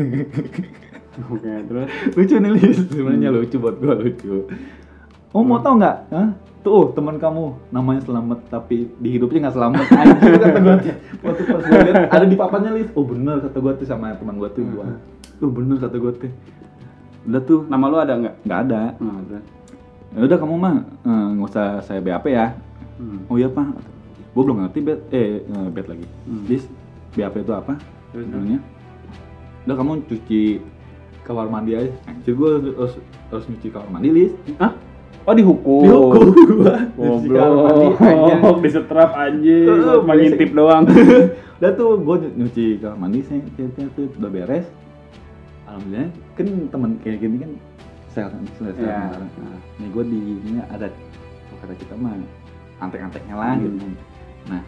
Oke, terus Lucu nih, Lis. Sebenarnya lucu buat gua, lucu. Oh, mau tau nggak? Hah? Tuh, teman kamu namanya Selamat tapi di hidupnya nggak selamat. Anjir kata gua tuh. Waktu pas gua lihat ada di papannya, Lis. Oh, bener kata gua tuh sama teman gua tuh gua. Oh, bener kata gua tuh. Udah tuh, nama lu ada nggak? nggak ada. Terus. Ya udah kamu mah nggak usah saya BAP ya. Oh iya Pak. Gua belum ngerti bet lagi. Lis, BAP itu apa? Sebenarnya. Udah kamu cuci kamar mandi aja. Anjir gua harus nyuci kamar mandi, Lis. Hah? Oh dihukum. Dihukum gua. Cuci kamar mandi aja. Disetrap anjing. Mengintip doang. Udah tuh gua nyuci kamar mandi, saya udah beres. Alhamdulillah kan teman kayak gini kan selesai. Ya. Nih gua di ini ada kata kita mah antek-anteknya lah gitu. Nah,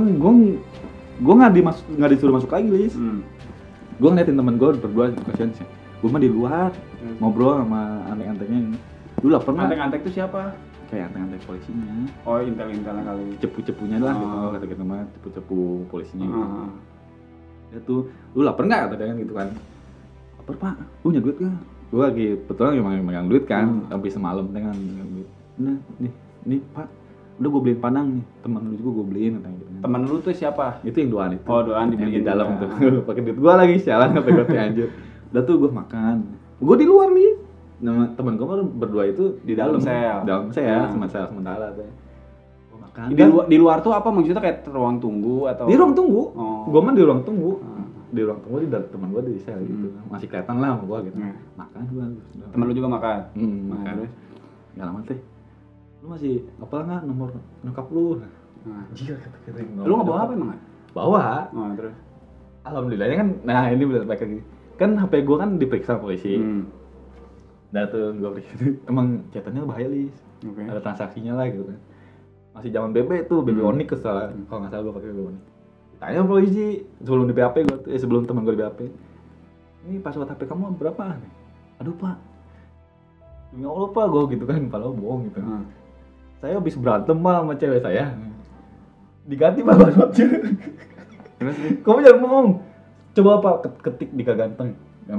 gua nggak disuruh masuk lagi, Lis. Gue ngeliatin temen gue berdua kasihan sih. Gue mah di luar ngobrol sama antek-anteknya. Dulu lah pernah. Antek-antek itu siapa? Kayak antek-antek polisinya. Oh intel-intelnya kali. Cepu-cepunya lah gitu kata kita mah, cepu-cepu polisinya gitu. Ya tuh, lu lapar nggak kata dia kan gitu kan. Lapar Pak, lu punya duit nggak? Gue lagi betulan megang duit kan, sampai semalam dengan duit. Nah, nih Pak, udah gue beliin Padang nih, teman lu juga gue beliin katanya gitu. Temen lu tuh siapa? Itu yang doan itu. Oh, doan dibeliin di dalam juga. tuh. Pakai duit gua lagi sialan kata gue anjir. Udah tuh gua makan. Gua di luar nih. Nama teman gua berdua itu di dalam sel. Dalam sel, sementara tuh. Gua makan. Di luar tuh apa maksudnya, kayak ruang tunggu atau? Di ruang tunggu. Oh. Gua mah di ruang tunggu. Di ruang tunggu di teman gua di sel gitu. Masih kelihatan lah sama gua gitu. Makan gua. Temen lu juga makan? Makan. Terus? Enggak lama teh. Lu masih apa enggak nomor nyokap lu? Anjir kata-kata. Lu nggak bawa apa emang? Bawa. Oh, terus? Alhamdulillahnya kan, nah ini bener baik lagi. Kan HP gua kan diperiksa polisi. Nah tuh gua periksa, emang catatannya bahaya, Lis. Okay. Ada transaksinya lah gitu kan. Masih zaman BB tuh, BB Onyx kesalahan. Kalau nggak salah gua pakai BB Onyx. Tanya polisi sebelum di BAP gua, sebelum teman gua di BAP. Ini password HP kamu berapa? Aduh Pak, demi Allah Pak, gua gitu kan, padahal bohong gitu. Saya habis berantem Pak sama cewek saya. Diganti Pak passwordnya. Terus? Kamu jangan bohong. Coba Pak ketik di Ganteng.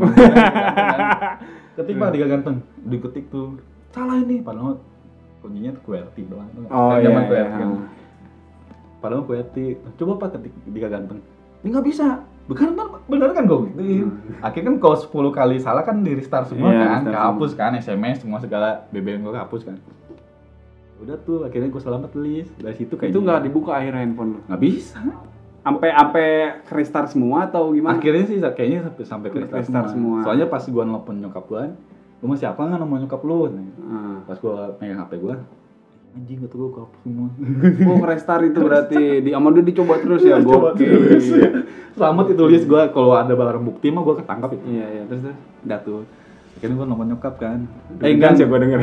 Ketik Pak di Ganteng. Diketik tuh. Salah ini, padahal kuncinya tuh QWERTY doang. Oh iya. Zaman QWERTY kan. Padahal QWERTY. Coba Pak ketik di Ganteng. Ini nggak bisa. Bener kan gue gituin. Akhirnya kan kalau 10 kali salah kan di restart semua kan, kehapus kan, SMS semua segala BBM gue kehapus kan. Udah tuh akhirnya gue selamat, Lis. Dari situ kayak itu nggak dibuka akhirnya handphone lu? Nggak bisa. Sampai restart semua atau gimana? Akhirnya sih kayaknya sampai ke restart semua. Soalnya pas gue nelfon nyokap gue, lu masih apa nggak nomor nyokap lu? Pas gue megang HP gue, anjing gue tuh gue kehapus semua. Oh restart itu berarti sama dia dicoba terus ya? Gokil. Selamat itu, Lis. Gue kalau ada barang bukti mah gue ketangkap itu. Iya terus. Udah tuh. Akhirnya gue nelfon nyokap kan. Enggak sih gue denger.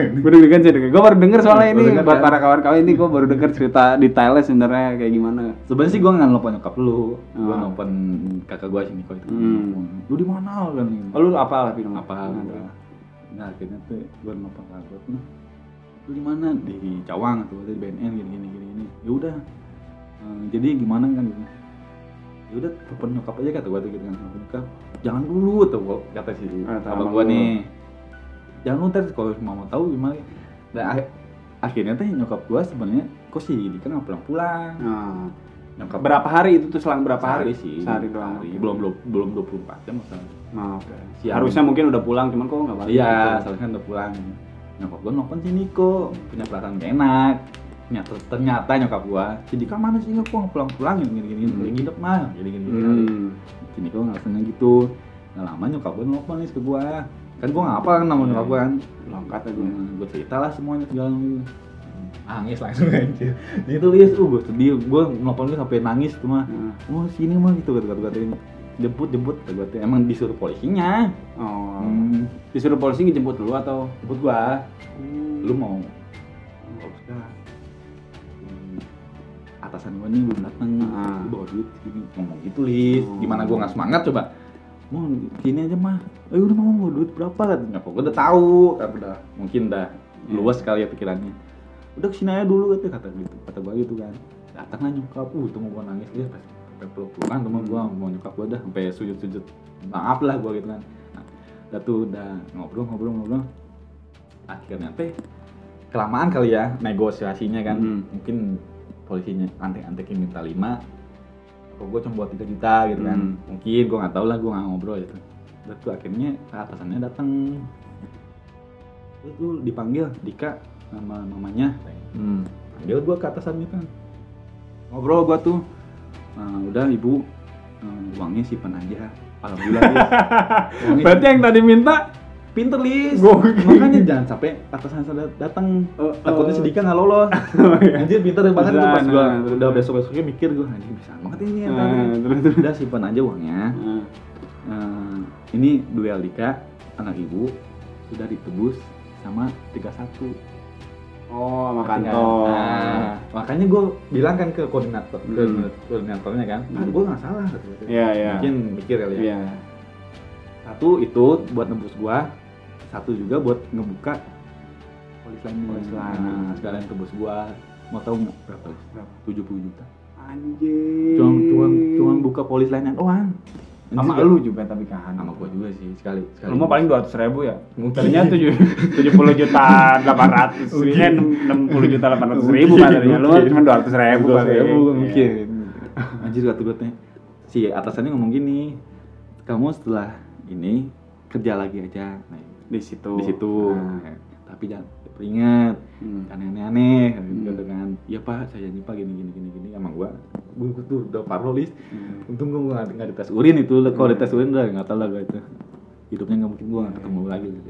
Gue baru denger soalnya ini buat para kawan-kawan ini, gue baru denger cerita detailnya sebenarnya kayak gimana. Sebenarnya sih gue nggak nelfon nyokap lu, gue nelfon kakak gue sini kok itu. Lu di mana kan? Oh, lu apa lah bilang? Apa? Nah akhirnya tuh gue nelfon kakak gue. Lu di mana? Di Cawang tuh, di BNN gini. Ya udah. Jadi gimana kan gitu. Ya udah telepon nyokap aja kata gue tuh gitu kan. Nyokap, jangan dulu tuh kata si abang gue nih. Jangan lu ntar kalau mau tahu gimana. Dan akhirnya tuh nyokap gue sebenarnya kok sih dia kan nggak pulang-pulang. Nyokap berapa hari itu tuh, selang berapa hari? Sih. Sehari doang. Belum 24 jam masalah. Okay. Harusnya mungkin udah pulang, cuman kok nggak balik. Iya, seharusnya udah pulang. Nyokap gue nelfon sini kok, punya perasaan gak enak. Ternyata nyokap gua, si Dika mana sih kok nggak pulang-pulang gini nginep mah, jadi gini. Sini kok nggak seneng gitu. Nggak lama nyokap gua nelfon nih ke gua, kan gua nggak apa kan nama nyokap gua kan, lengkap aja. Gua cerita lah semuanya segala gitu. Nangis langsung anjir. Itu Lis, gua sedih, gua nelfon sampai nangis tuh mah. Oh sini mah gitu kata-katain. Jemput kata gua, emang disuruh polisinya. Oh. Disuruh polisi ngejemput lu atau? Jemput gua. Lu mau atasan gue nih belum datang, bawa duit gini, ngomong gitu Lis, gimana gue nggak semangat coba, mau sini aja mah, ayo udah mau duit berapa kan, nyokap gue udah tahu, kan udah mungkin udah luas sekali ya pikirannya, udah kesini aja dulu kata gua gitu kan. Datang lah nyokap, itu mau gua nangis dia pas peluk-pelukan temen gua mau nyokap gua dah sampai sujud-sujud maaf lah gua gitu kan. Nah, udah ngobrol akhirnya teh kelamaan kali ya negosiasinya kan. Mungkin polisinya antek-antekin minta 5, kok gue cuma buat 3 juta gitu kan. Mungkin gue nggak tahu lah, gue nggak ngobrol gitu. Dan tuh akhirnya atasannya datang, tuh dipanggil Dika sama mamanya. Panggil gue ke atasannya kan, ngobrol gue tuh, udah ibu uangnya simpan aja, alhamdulillah. Berarti yang tadi minta pinter Lis, makanya jangan sampai atasan datang, takutnya si Dika nggak lolos. Anjir pinter banget itu pas gua udah besoknya mikir gua anjir bisa banget ini ya tadi. Udah simpan aja uangnya. Ini duel Dika anak ibu sudah ditebus sama 31. Oh, sama kantor. Makanya gue bilang kan ke koordinatornya kan, gue nggak salah. Iya. Mungkin mikir kali ya. Iya. Satu itu buat nebus gua, satu juga buat ngebuka polis lain. Nah, sekalian tebus gua. Mau tahu nggak berapa? 70 juta. Anjir. Cuma buka polis lainnya doang. Sama lu juga tapi kan. Sama gua juga sih sekali. Lu mah paling 200.000 ya? Mungkin. Tadinya 70 juta 800. Ini 60 juta 800.000 materinya. Lu cuma 200.000 paling. Mungkin. Anjir kata gue teh. Si atasannya ngomong gini, kamu setelah ini kerja lagi aja. Nah, di situ. Nah, tapi jangan ingat, jangan aneh-aneh gitu kan. Iya Pak, saya janji Pak gini emang gua tuh udah parno Lis. Untung gua enggak dites urin itu. Kalau dites urin udah enggak tahu lah gua itu. Hidupnya enggak mungkin gua ketemu lagi gitu.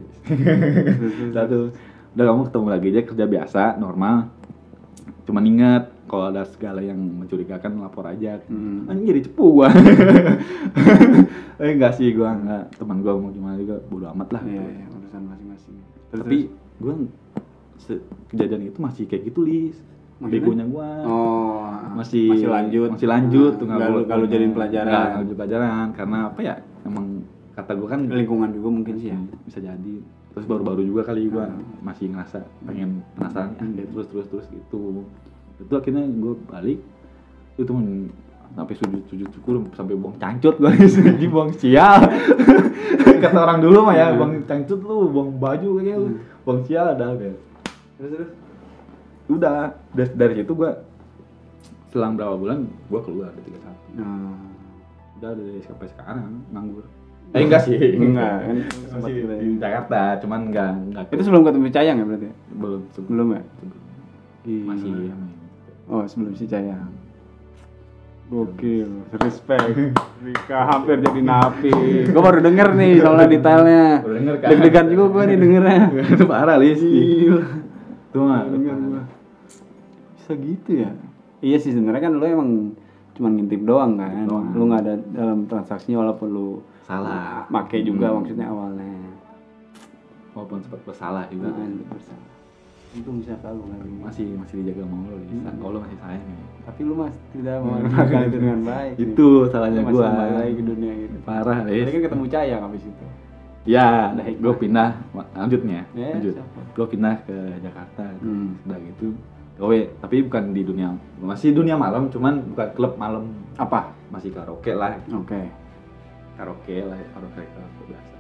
Udah kamu ketemu lagi aja kerja biasa, normal. Cuman ingat kalau ada segala yang mencurigakan lapor aja. Anjir jadi cepu gua. Enggak sih gua enggak, teman gua mau gimana juga bodo amat lah. Iya, urusan masing-masing. Tapi gua kejadian itu masih kayak gitu Lis. Begonya gua. Oh, masih lanjut tuh enggak lu jadiin pelajaran. Enggak pelajaran karena apa ya? Emang kata gua kan lingkungan juga mungkin sih ya. Bisa jadi. Terus baru-baru juga kali gua masih ngerasa pengen penasaran terus gitu. Itu akhirnya gue balik itu temen sampai sujud syukur sampai buang cancut gue di buang sial. Kata orang dulu mah ya buang cancut lu buang baju kayak lu buang sial ada kan. Terus udah dari situ gue selang berapa bulan gue keluar dari 31. Udah dari sampai sekarang nganggur. Enggak sih. Enggak kan Masih di Jakarta, cuman enggak. Itu sebelum ketemu Cayang ya berarti? Belum ya? Masih. Oh, sebelum si Cayang. Gokil, respect. Rika hampir jadi napi. Gue baru denger nih soalnya detailnya. Baru denger kan? Deg-degan juga gue nih dengernya. Itu parah Lis. Tuh mah. Bisa gitu ya? Iya sih sebenarnya kan lu emang cuma ngintip doang kan. Lu nggak ada dalam transaksinya walaupun lu salah. Make juga maksudnya awalnya. Walaupun sempat bersalah juga. Bersalah. Itu bisa tahu kan. Masih dijaga sama Allah Lis. Allah masih sayang ya. Tapi lu mas tidak memanfaatkan itu dengan baik. Itu salahnya gua. Masih kembali lagi ke dunia gitu. Parah Lis. Tadi kan ketemu Cayang habis itu. Ya, gue pindah lanjutnya. Lanjut. Siapa? Gue pindah ke Jakarta. Udah gitu. Tapi bukan di dunia, masih dunia malam, cuman bukan klub malam. Apa? Masih karaoke lah. Oke. Karaoke biasa.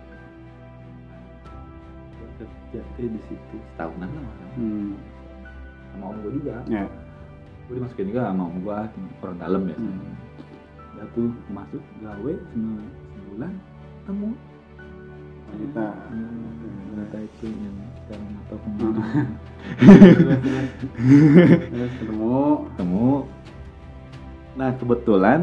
Kerja di situ setahunan lah. Sama om gue juga. Ya. Gue dimasukin juga sama om gue, orang dalam ya. Udah tuh masuk gawe sebulan ketemu. Kita ternyata itu yang sekarang atau kemana. Terus ketemu. Nah kebetulan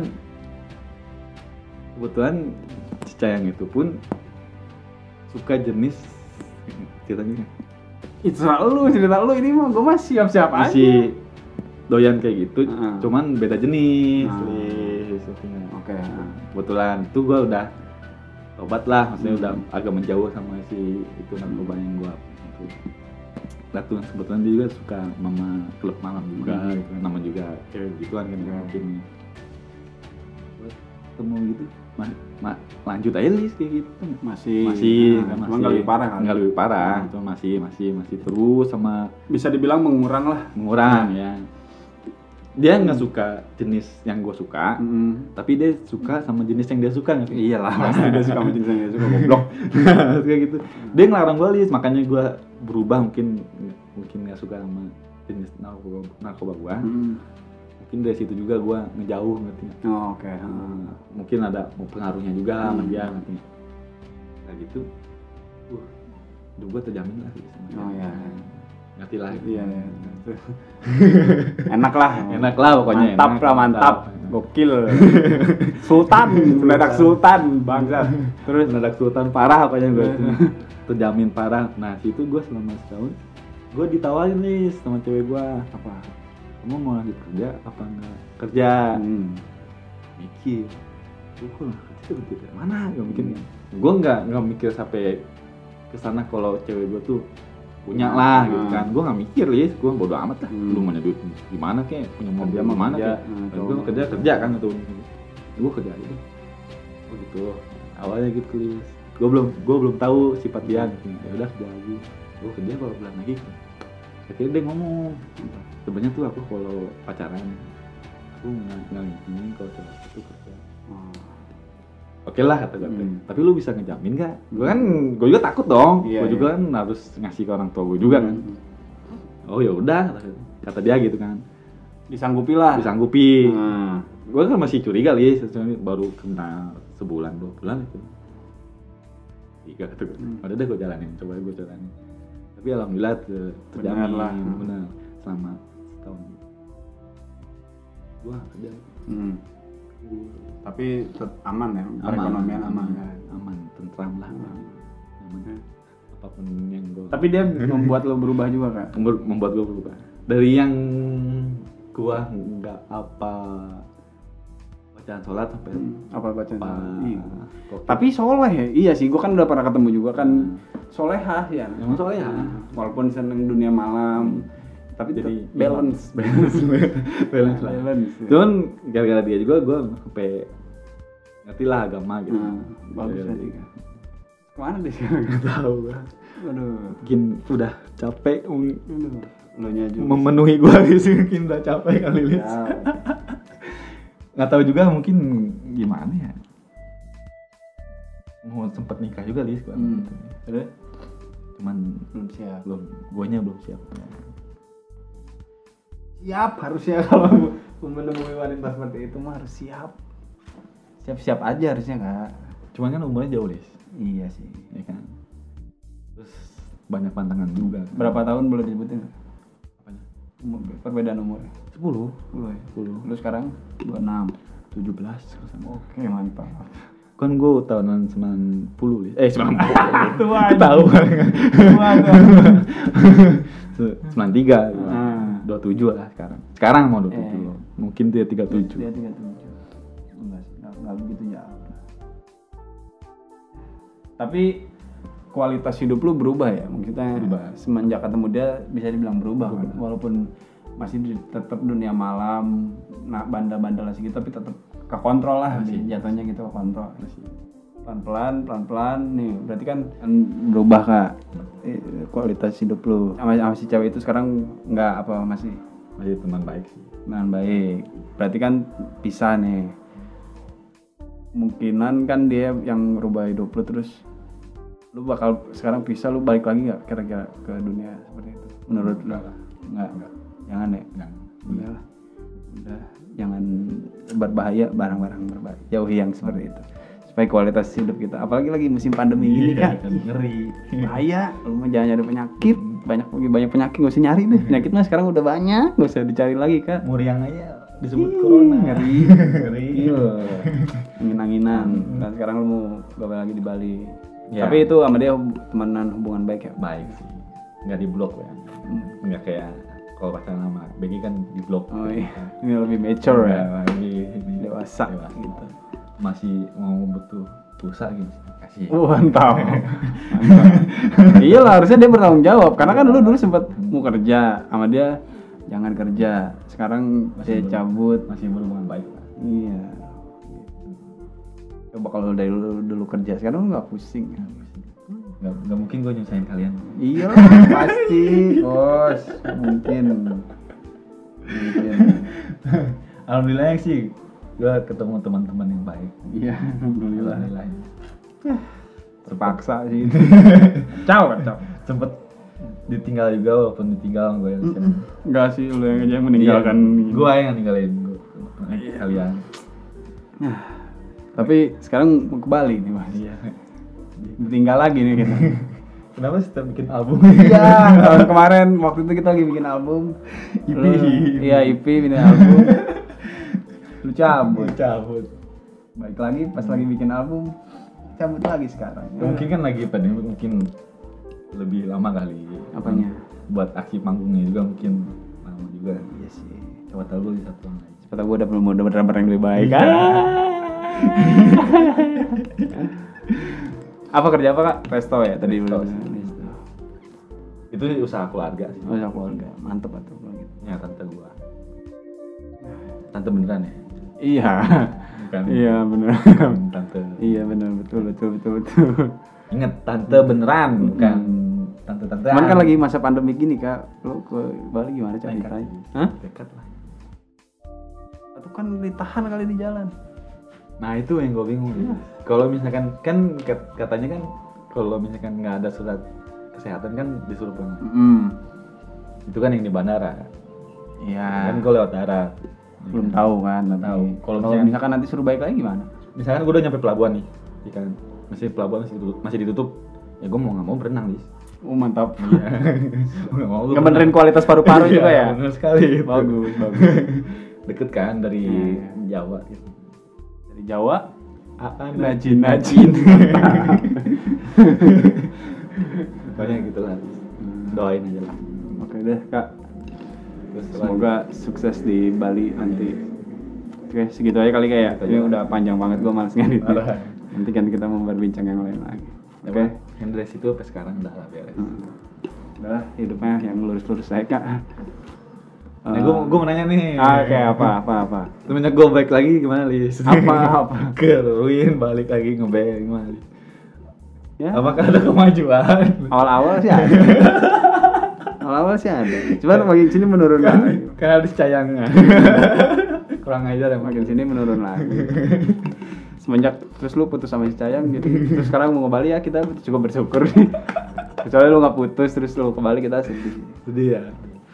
si Cayang itu pun suka jenis ceritanya. Cerita lu ini mah gue masih siap-siap aja. Masih doyan kayak gitu, cuman beda jenis. Oke. Kebetulan itu gue udah tobat lah, maksudnya udah agak menjauh sama si itu narkoba yang gue itu. Nah tuh kebetulan dia juga suka mama klub malam juga, gitu. Nama juga cewek gituan kan mungkin. ketemu gitu lanjut aja Lis kayak gitu. Masih Kan cuma nggak lebih parah kan? Nggak lebih parah, itu masih terus sama Bisa dibilang mengurang lah. ya. Dia nggak suka jenis yang gue suka, tapi dia suka sama jenis yang dia suka nggak? Iyalah, pasti dia suka sama jenis yang dia suka, goblok. Kayak gitu. Dia ngelarang gue Lis, makanya gue berubah mungkin nggak suka sama jenis narkoba gue. Mungkin dari situ juga gue ngejauh ngerti nggak? Oh, oke. Mungkin ada pengaruhnya juga sama dia ngerti nggak? Kayak gitu. Hidup gue terjamin lah. Oh iya. Ngerti lah. Iya. Enak lah pokoknya. Mantap. Gokil. Sultan, mendadak sultan bangsa. Terus mendadak sultan parah pokoknya gue tuh. Terjamin parah. Nah, situ gue selama setahun gue ditawarin nih sama cewek gue, apa? Kamu mau lanjut kerja apa enggak? Kerja. Mikir. Gue kerja mana? Gue mikir. Gue enggak mikir sampai kesana kalau cewek gue tuh punya lah gitu kan. Gue nggak mikir Lis, gue bodo amat lah. Lu mau duit gimana kek, punya mobil gimana kek. Gue kerja kan itu. Gue kerja aja deh. Oh gitu. Awalnya gitu Lis. Gue belum tahu sifat dia gitu. Ya udah kerja lagi. Gue kerja berapa bulan lagi. Akhirnya dia ngomong, sebenarnya tuh aku kalau pacaran aku nggak ngizinin kalau cewek itu kerja. Oke lah kata gue. Tapi lu bisa ngejamin gak? Gue juga takut dong. Gue juga kan harus ngasih ke orang tua gue juga kan. Oh ya udah kata dia gitu kan. Disanggupi lah. Gue kan masih curiga Lis, baru kenal sebulan 2 bulan itu. 3 kata gue. Udah deh gue jalanin, coba gue jalanin. Tapi alhamdulillah terjamin lah. Benar selama setahun. Gue kerja. Tapi aman ya, perekonomian aman, tentram lah. Apapun yang gue. Tapi dia membuat lo berubah juga kan? Membuat gue berubah. Dari yang gue nggak apa bacaan sholat sampai apa bacaan sholat. Iya. Tapi soleh ya, iya sih. Gue kan udah pernah ketemu juga kan solehah ya. Emang solehah. Walaupun seneng dunia malam. Tapi jadi balance lah. Cuman gara-gara dia juga gue sampai ngerti lah agama gitu. Bagus tadi kan. Kemana deh sekarang? Nggak tahu. Aduh. Mungkin udah capek. Lo nya juga. Memenuhi gue sih mungkin udah capek kali Lis. Nggak tahu juga mungkin gimana ya. Mau sempet nikah juga Lis gue. Terus? Cuman belum siap. Guanya belum siap. Siap harusnya kalau menemui wanita seperti itu mah harus siap. Siap-siap aja harusnya nggak. Cuman kan umurnya jauh Lis. Iya sih. Ya kan. Terus banyak pantangan juga. Kan? Berapa tahun boleh disebutin? Apanya? Perbedaan umur. 10 ya. 10. Lu sekarang 26. 17. Oke mantap. Kan gue tahunan 90 Lis. 90. Tua. Tahu. Tua. 93. 27 lah sekarang. Sekarang mau 27. Mungkin dia 37. Dia 37. Enggak begitu jauh. Tapi kualitas hidup lu berubah ya? Maksudnya berubah. Semenjak ketemu dia bisa dibilang berubah. Kan? Walaupun masih tetap dunia malam, bandel-bandel segitu tapi tetap kekontrol lah jatuhnya gitu, kekontrol. Pelan-pelan nih. Berarti kan berubah Kak. Kualitas hidup lu sama si cewek itu sekarang nggak apa masih teman baik sih. Teman baik. Berarti kan pisah nih. Kemungkinan kan dia yang rubah hidup lu terus lu bakal sekarang pisah, lu balik lagi nggak kira-kira ke dunia seperti itu? Menurut lu? Enggak. Jangan ya? Iyalah. Udah jangan berbahaya, barang-barang berbahaya. Jauhi yang seperti itu. Supaya kualitas hidup kita, apalagi lagi musim pandemi gini kan ngeri, bahaya. Lu mah jangan nyari penyakit, banyak penyakit nggak usah nyari deh. Penyakit mah sekarang udah banyak, nggak usah dicari lagi Kak. Muriang aja disebut corona. Ngeri. Angin-anginan. Dan sekarang lu mau gawe lagi di Bali. Ya. Tapi itu sama dia temenan hubungan baik ya? Baik sih, nggak di blok ya. Nggak kayak kalau pacaran sama Becky kan di blok. Oh iya, ini lebih mature ya, lebih dewasa gitu. Masih mau butuh pulsa gitu kasih. Mantap. Iya lah, harusnya dia bertanggung jawab karena kan dulu sempat mau kerja sama dia, jangan kerja. Sekarang masih cabut, masih berhubungan baik. Iya. Coba kalau dari dulu kerja, sekarang lu nggak pusing. Nggak mungkin gue nyusahin kalian. Iya, pasti, bos. Mungkin. Alhamdulillah sih, gue ketemu teman-teman yang baik. Iya, alhamdulillah. Terpaksa sih. Ciao. Sempet ditinggal juga walaupun ditinggal gue. Enggak sih, lu yang aja meninggalkan. Gue yang ninggalin kalian. Nah, tapi sekarang mau ke Bali nih, Mas. Iya. Tinggal lagi nih kita. Kenapa sih kita bikin album? Iya, tahun kemarin waktu itu kita lagi bikin album. Iya, EP bikin album. Lu cabut. Baik lagi pas lagi bikin album, cabut lagi sekarang. Mungkin kan lagi pandemi, mungkin lebih lama kali. Apanya? Buat aksi panggungnya juga mungkin lama juga. Iya sih. Coba tahu lu di satu lagi. Siapa tahu gue udah drummer yang lebih baik. Apa kerja apa Kak? Resto ya tadi Resto. Resto. Itu usaha keluarga sih. Usaha keluarga. Mantep atau gitu. Ya tante gua. Tante beneran ya? Iya. Bukan. Iya benar. Tante. Iya benar betul. Ingat tante beneran, bukan tante-tante. Cuman kan lagi masa pandemi gini Kak. Lo ke Bali gimana ceritanya? Hah? Dekat lah. Atau kan ditahan kali di jalan. Nah itu yang gue bingung. Kalau misalkan kan katanya kan kalau misalkan nggak ada surat kesehatan kan disuruh pulang. Itu kan yang di bandara. Iya. Kan gue lewat darat. Belum tahu kan. Belum tahu. Kalau misalkan nanti suruh balik lagi gimana? Misalkan gue udah nyampe pelabuhan nih, kan masih pelabuhan masih ditutup. Ya gue mau nggak mau berenang nih. Oh mantap. Iya. Nggak benerin kualitas paru-paru juga ya? Bener sekali. Bagus. Deket kan dari Jawa gitu. Dari Jawa? Najin. Pokoknya gitu lah. Doain aja lah. Oke deh Kak. Semoga sukses di Bali nanti. Oke, segitu aja kali kayak. Ini udah panjang banget, gue males ngeditnya. Nanti kan kita mau berbincang yang lain lagi. Oke. Yang dari situ sampai sekarang udah lah beres. Udah lah, hidupnya yang lurus-lurus saya Kak. Nah, gue mau nanya nih. Oke, apa? Semenjak gue balik lagi gimana Lis? Apa? Keruin balik lagi ngeband gimana Lis? Ya. Apakah ada kemajuan? Awal-awal sih ada. Cuman makin sini menurun lagi. Kan harus cayangnya. Kurang ajar ya Makin sini menurun lagi. Semenjak terus lu putus sama si Cayang gitu. Terus sekarang mau ke Bali ya kita cukup bersyukur. Kecuali lu nggak putus terus lu ke Bali kita sedih. Sedih ya.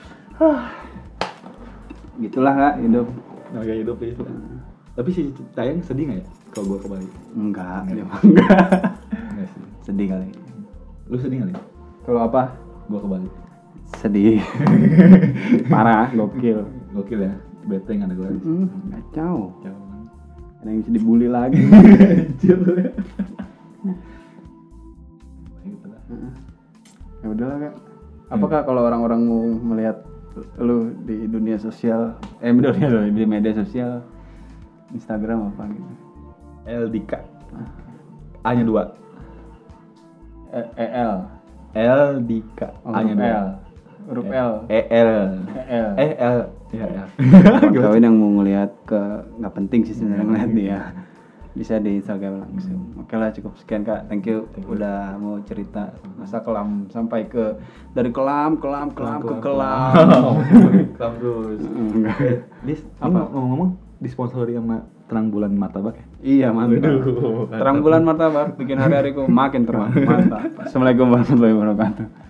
Gitulah Kak hidup. Naga hidup itu. Tapi si Cayang sedih nggak ya kalau gue ke Bali? Enggak, dia mah enggak. Enggak sih. Sedih kali. Lu sedih nggak Lis? Kalau apa? Gue ke Bali. Sedih. Parah, gokil. Gokil ya. Bete nggak ada gue. Kacau. Jauh. Ada yang bisa dibully lagi. Ya udahlah Kak. Apakah kalau orang-orang mau melihat lu di dunia sosial, di media sosial, Instagram apa gitu? Eldika. A-nya 2. EL. Eldika. A-nya 2. Huruf L. EL. EL. Ya. Kalian yang mau ngelihat nggak penting sih sebenarnya ngelihat dia. Bisa di Instagram langsung. Oke lah cukup sekian Kak. Thank you udah mau cerita masa kelam sampai ke dari kelam ke kelam. Kelam terus. Lis, apa ngomong disponsori sama Terang Bulan Martabak ya? Iya mantap. Terang Bulan Martabak bikin hari-hariku makin terang. Mantap. Assalamualaikum warahmatullahi wabarakatuh.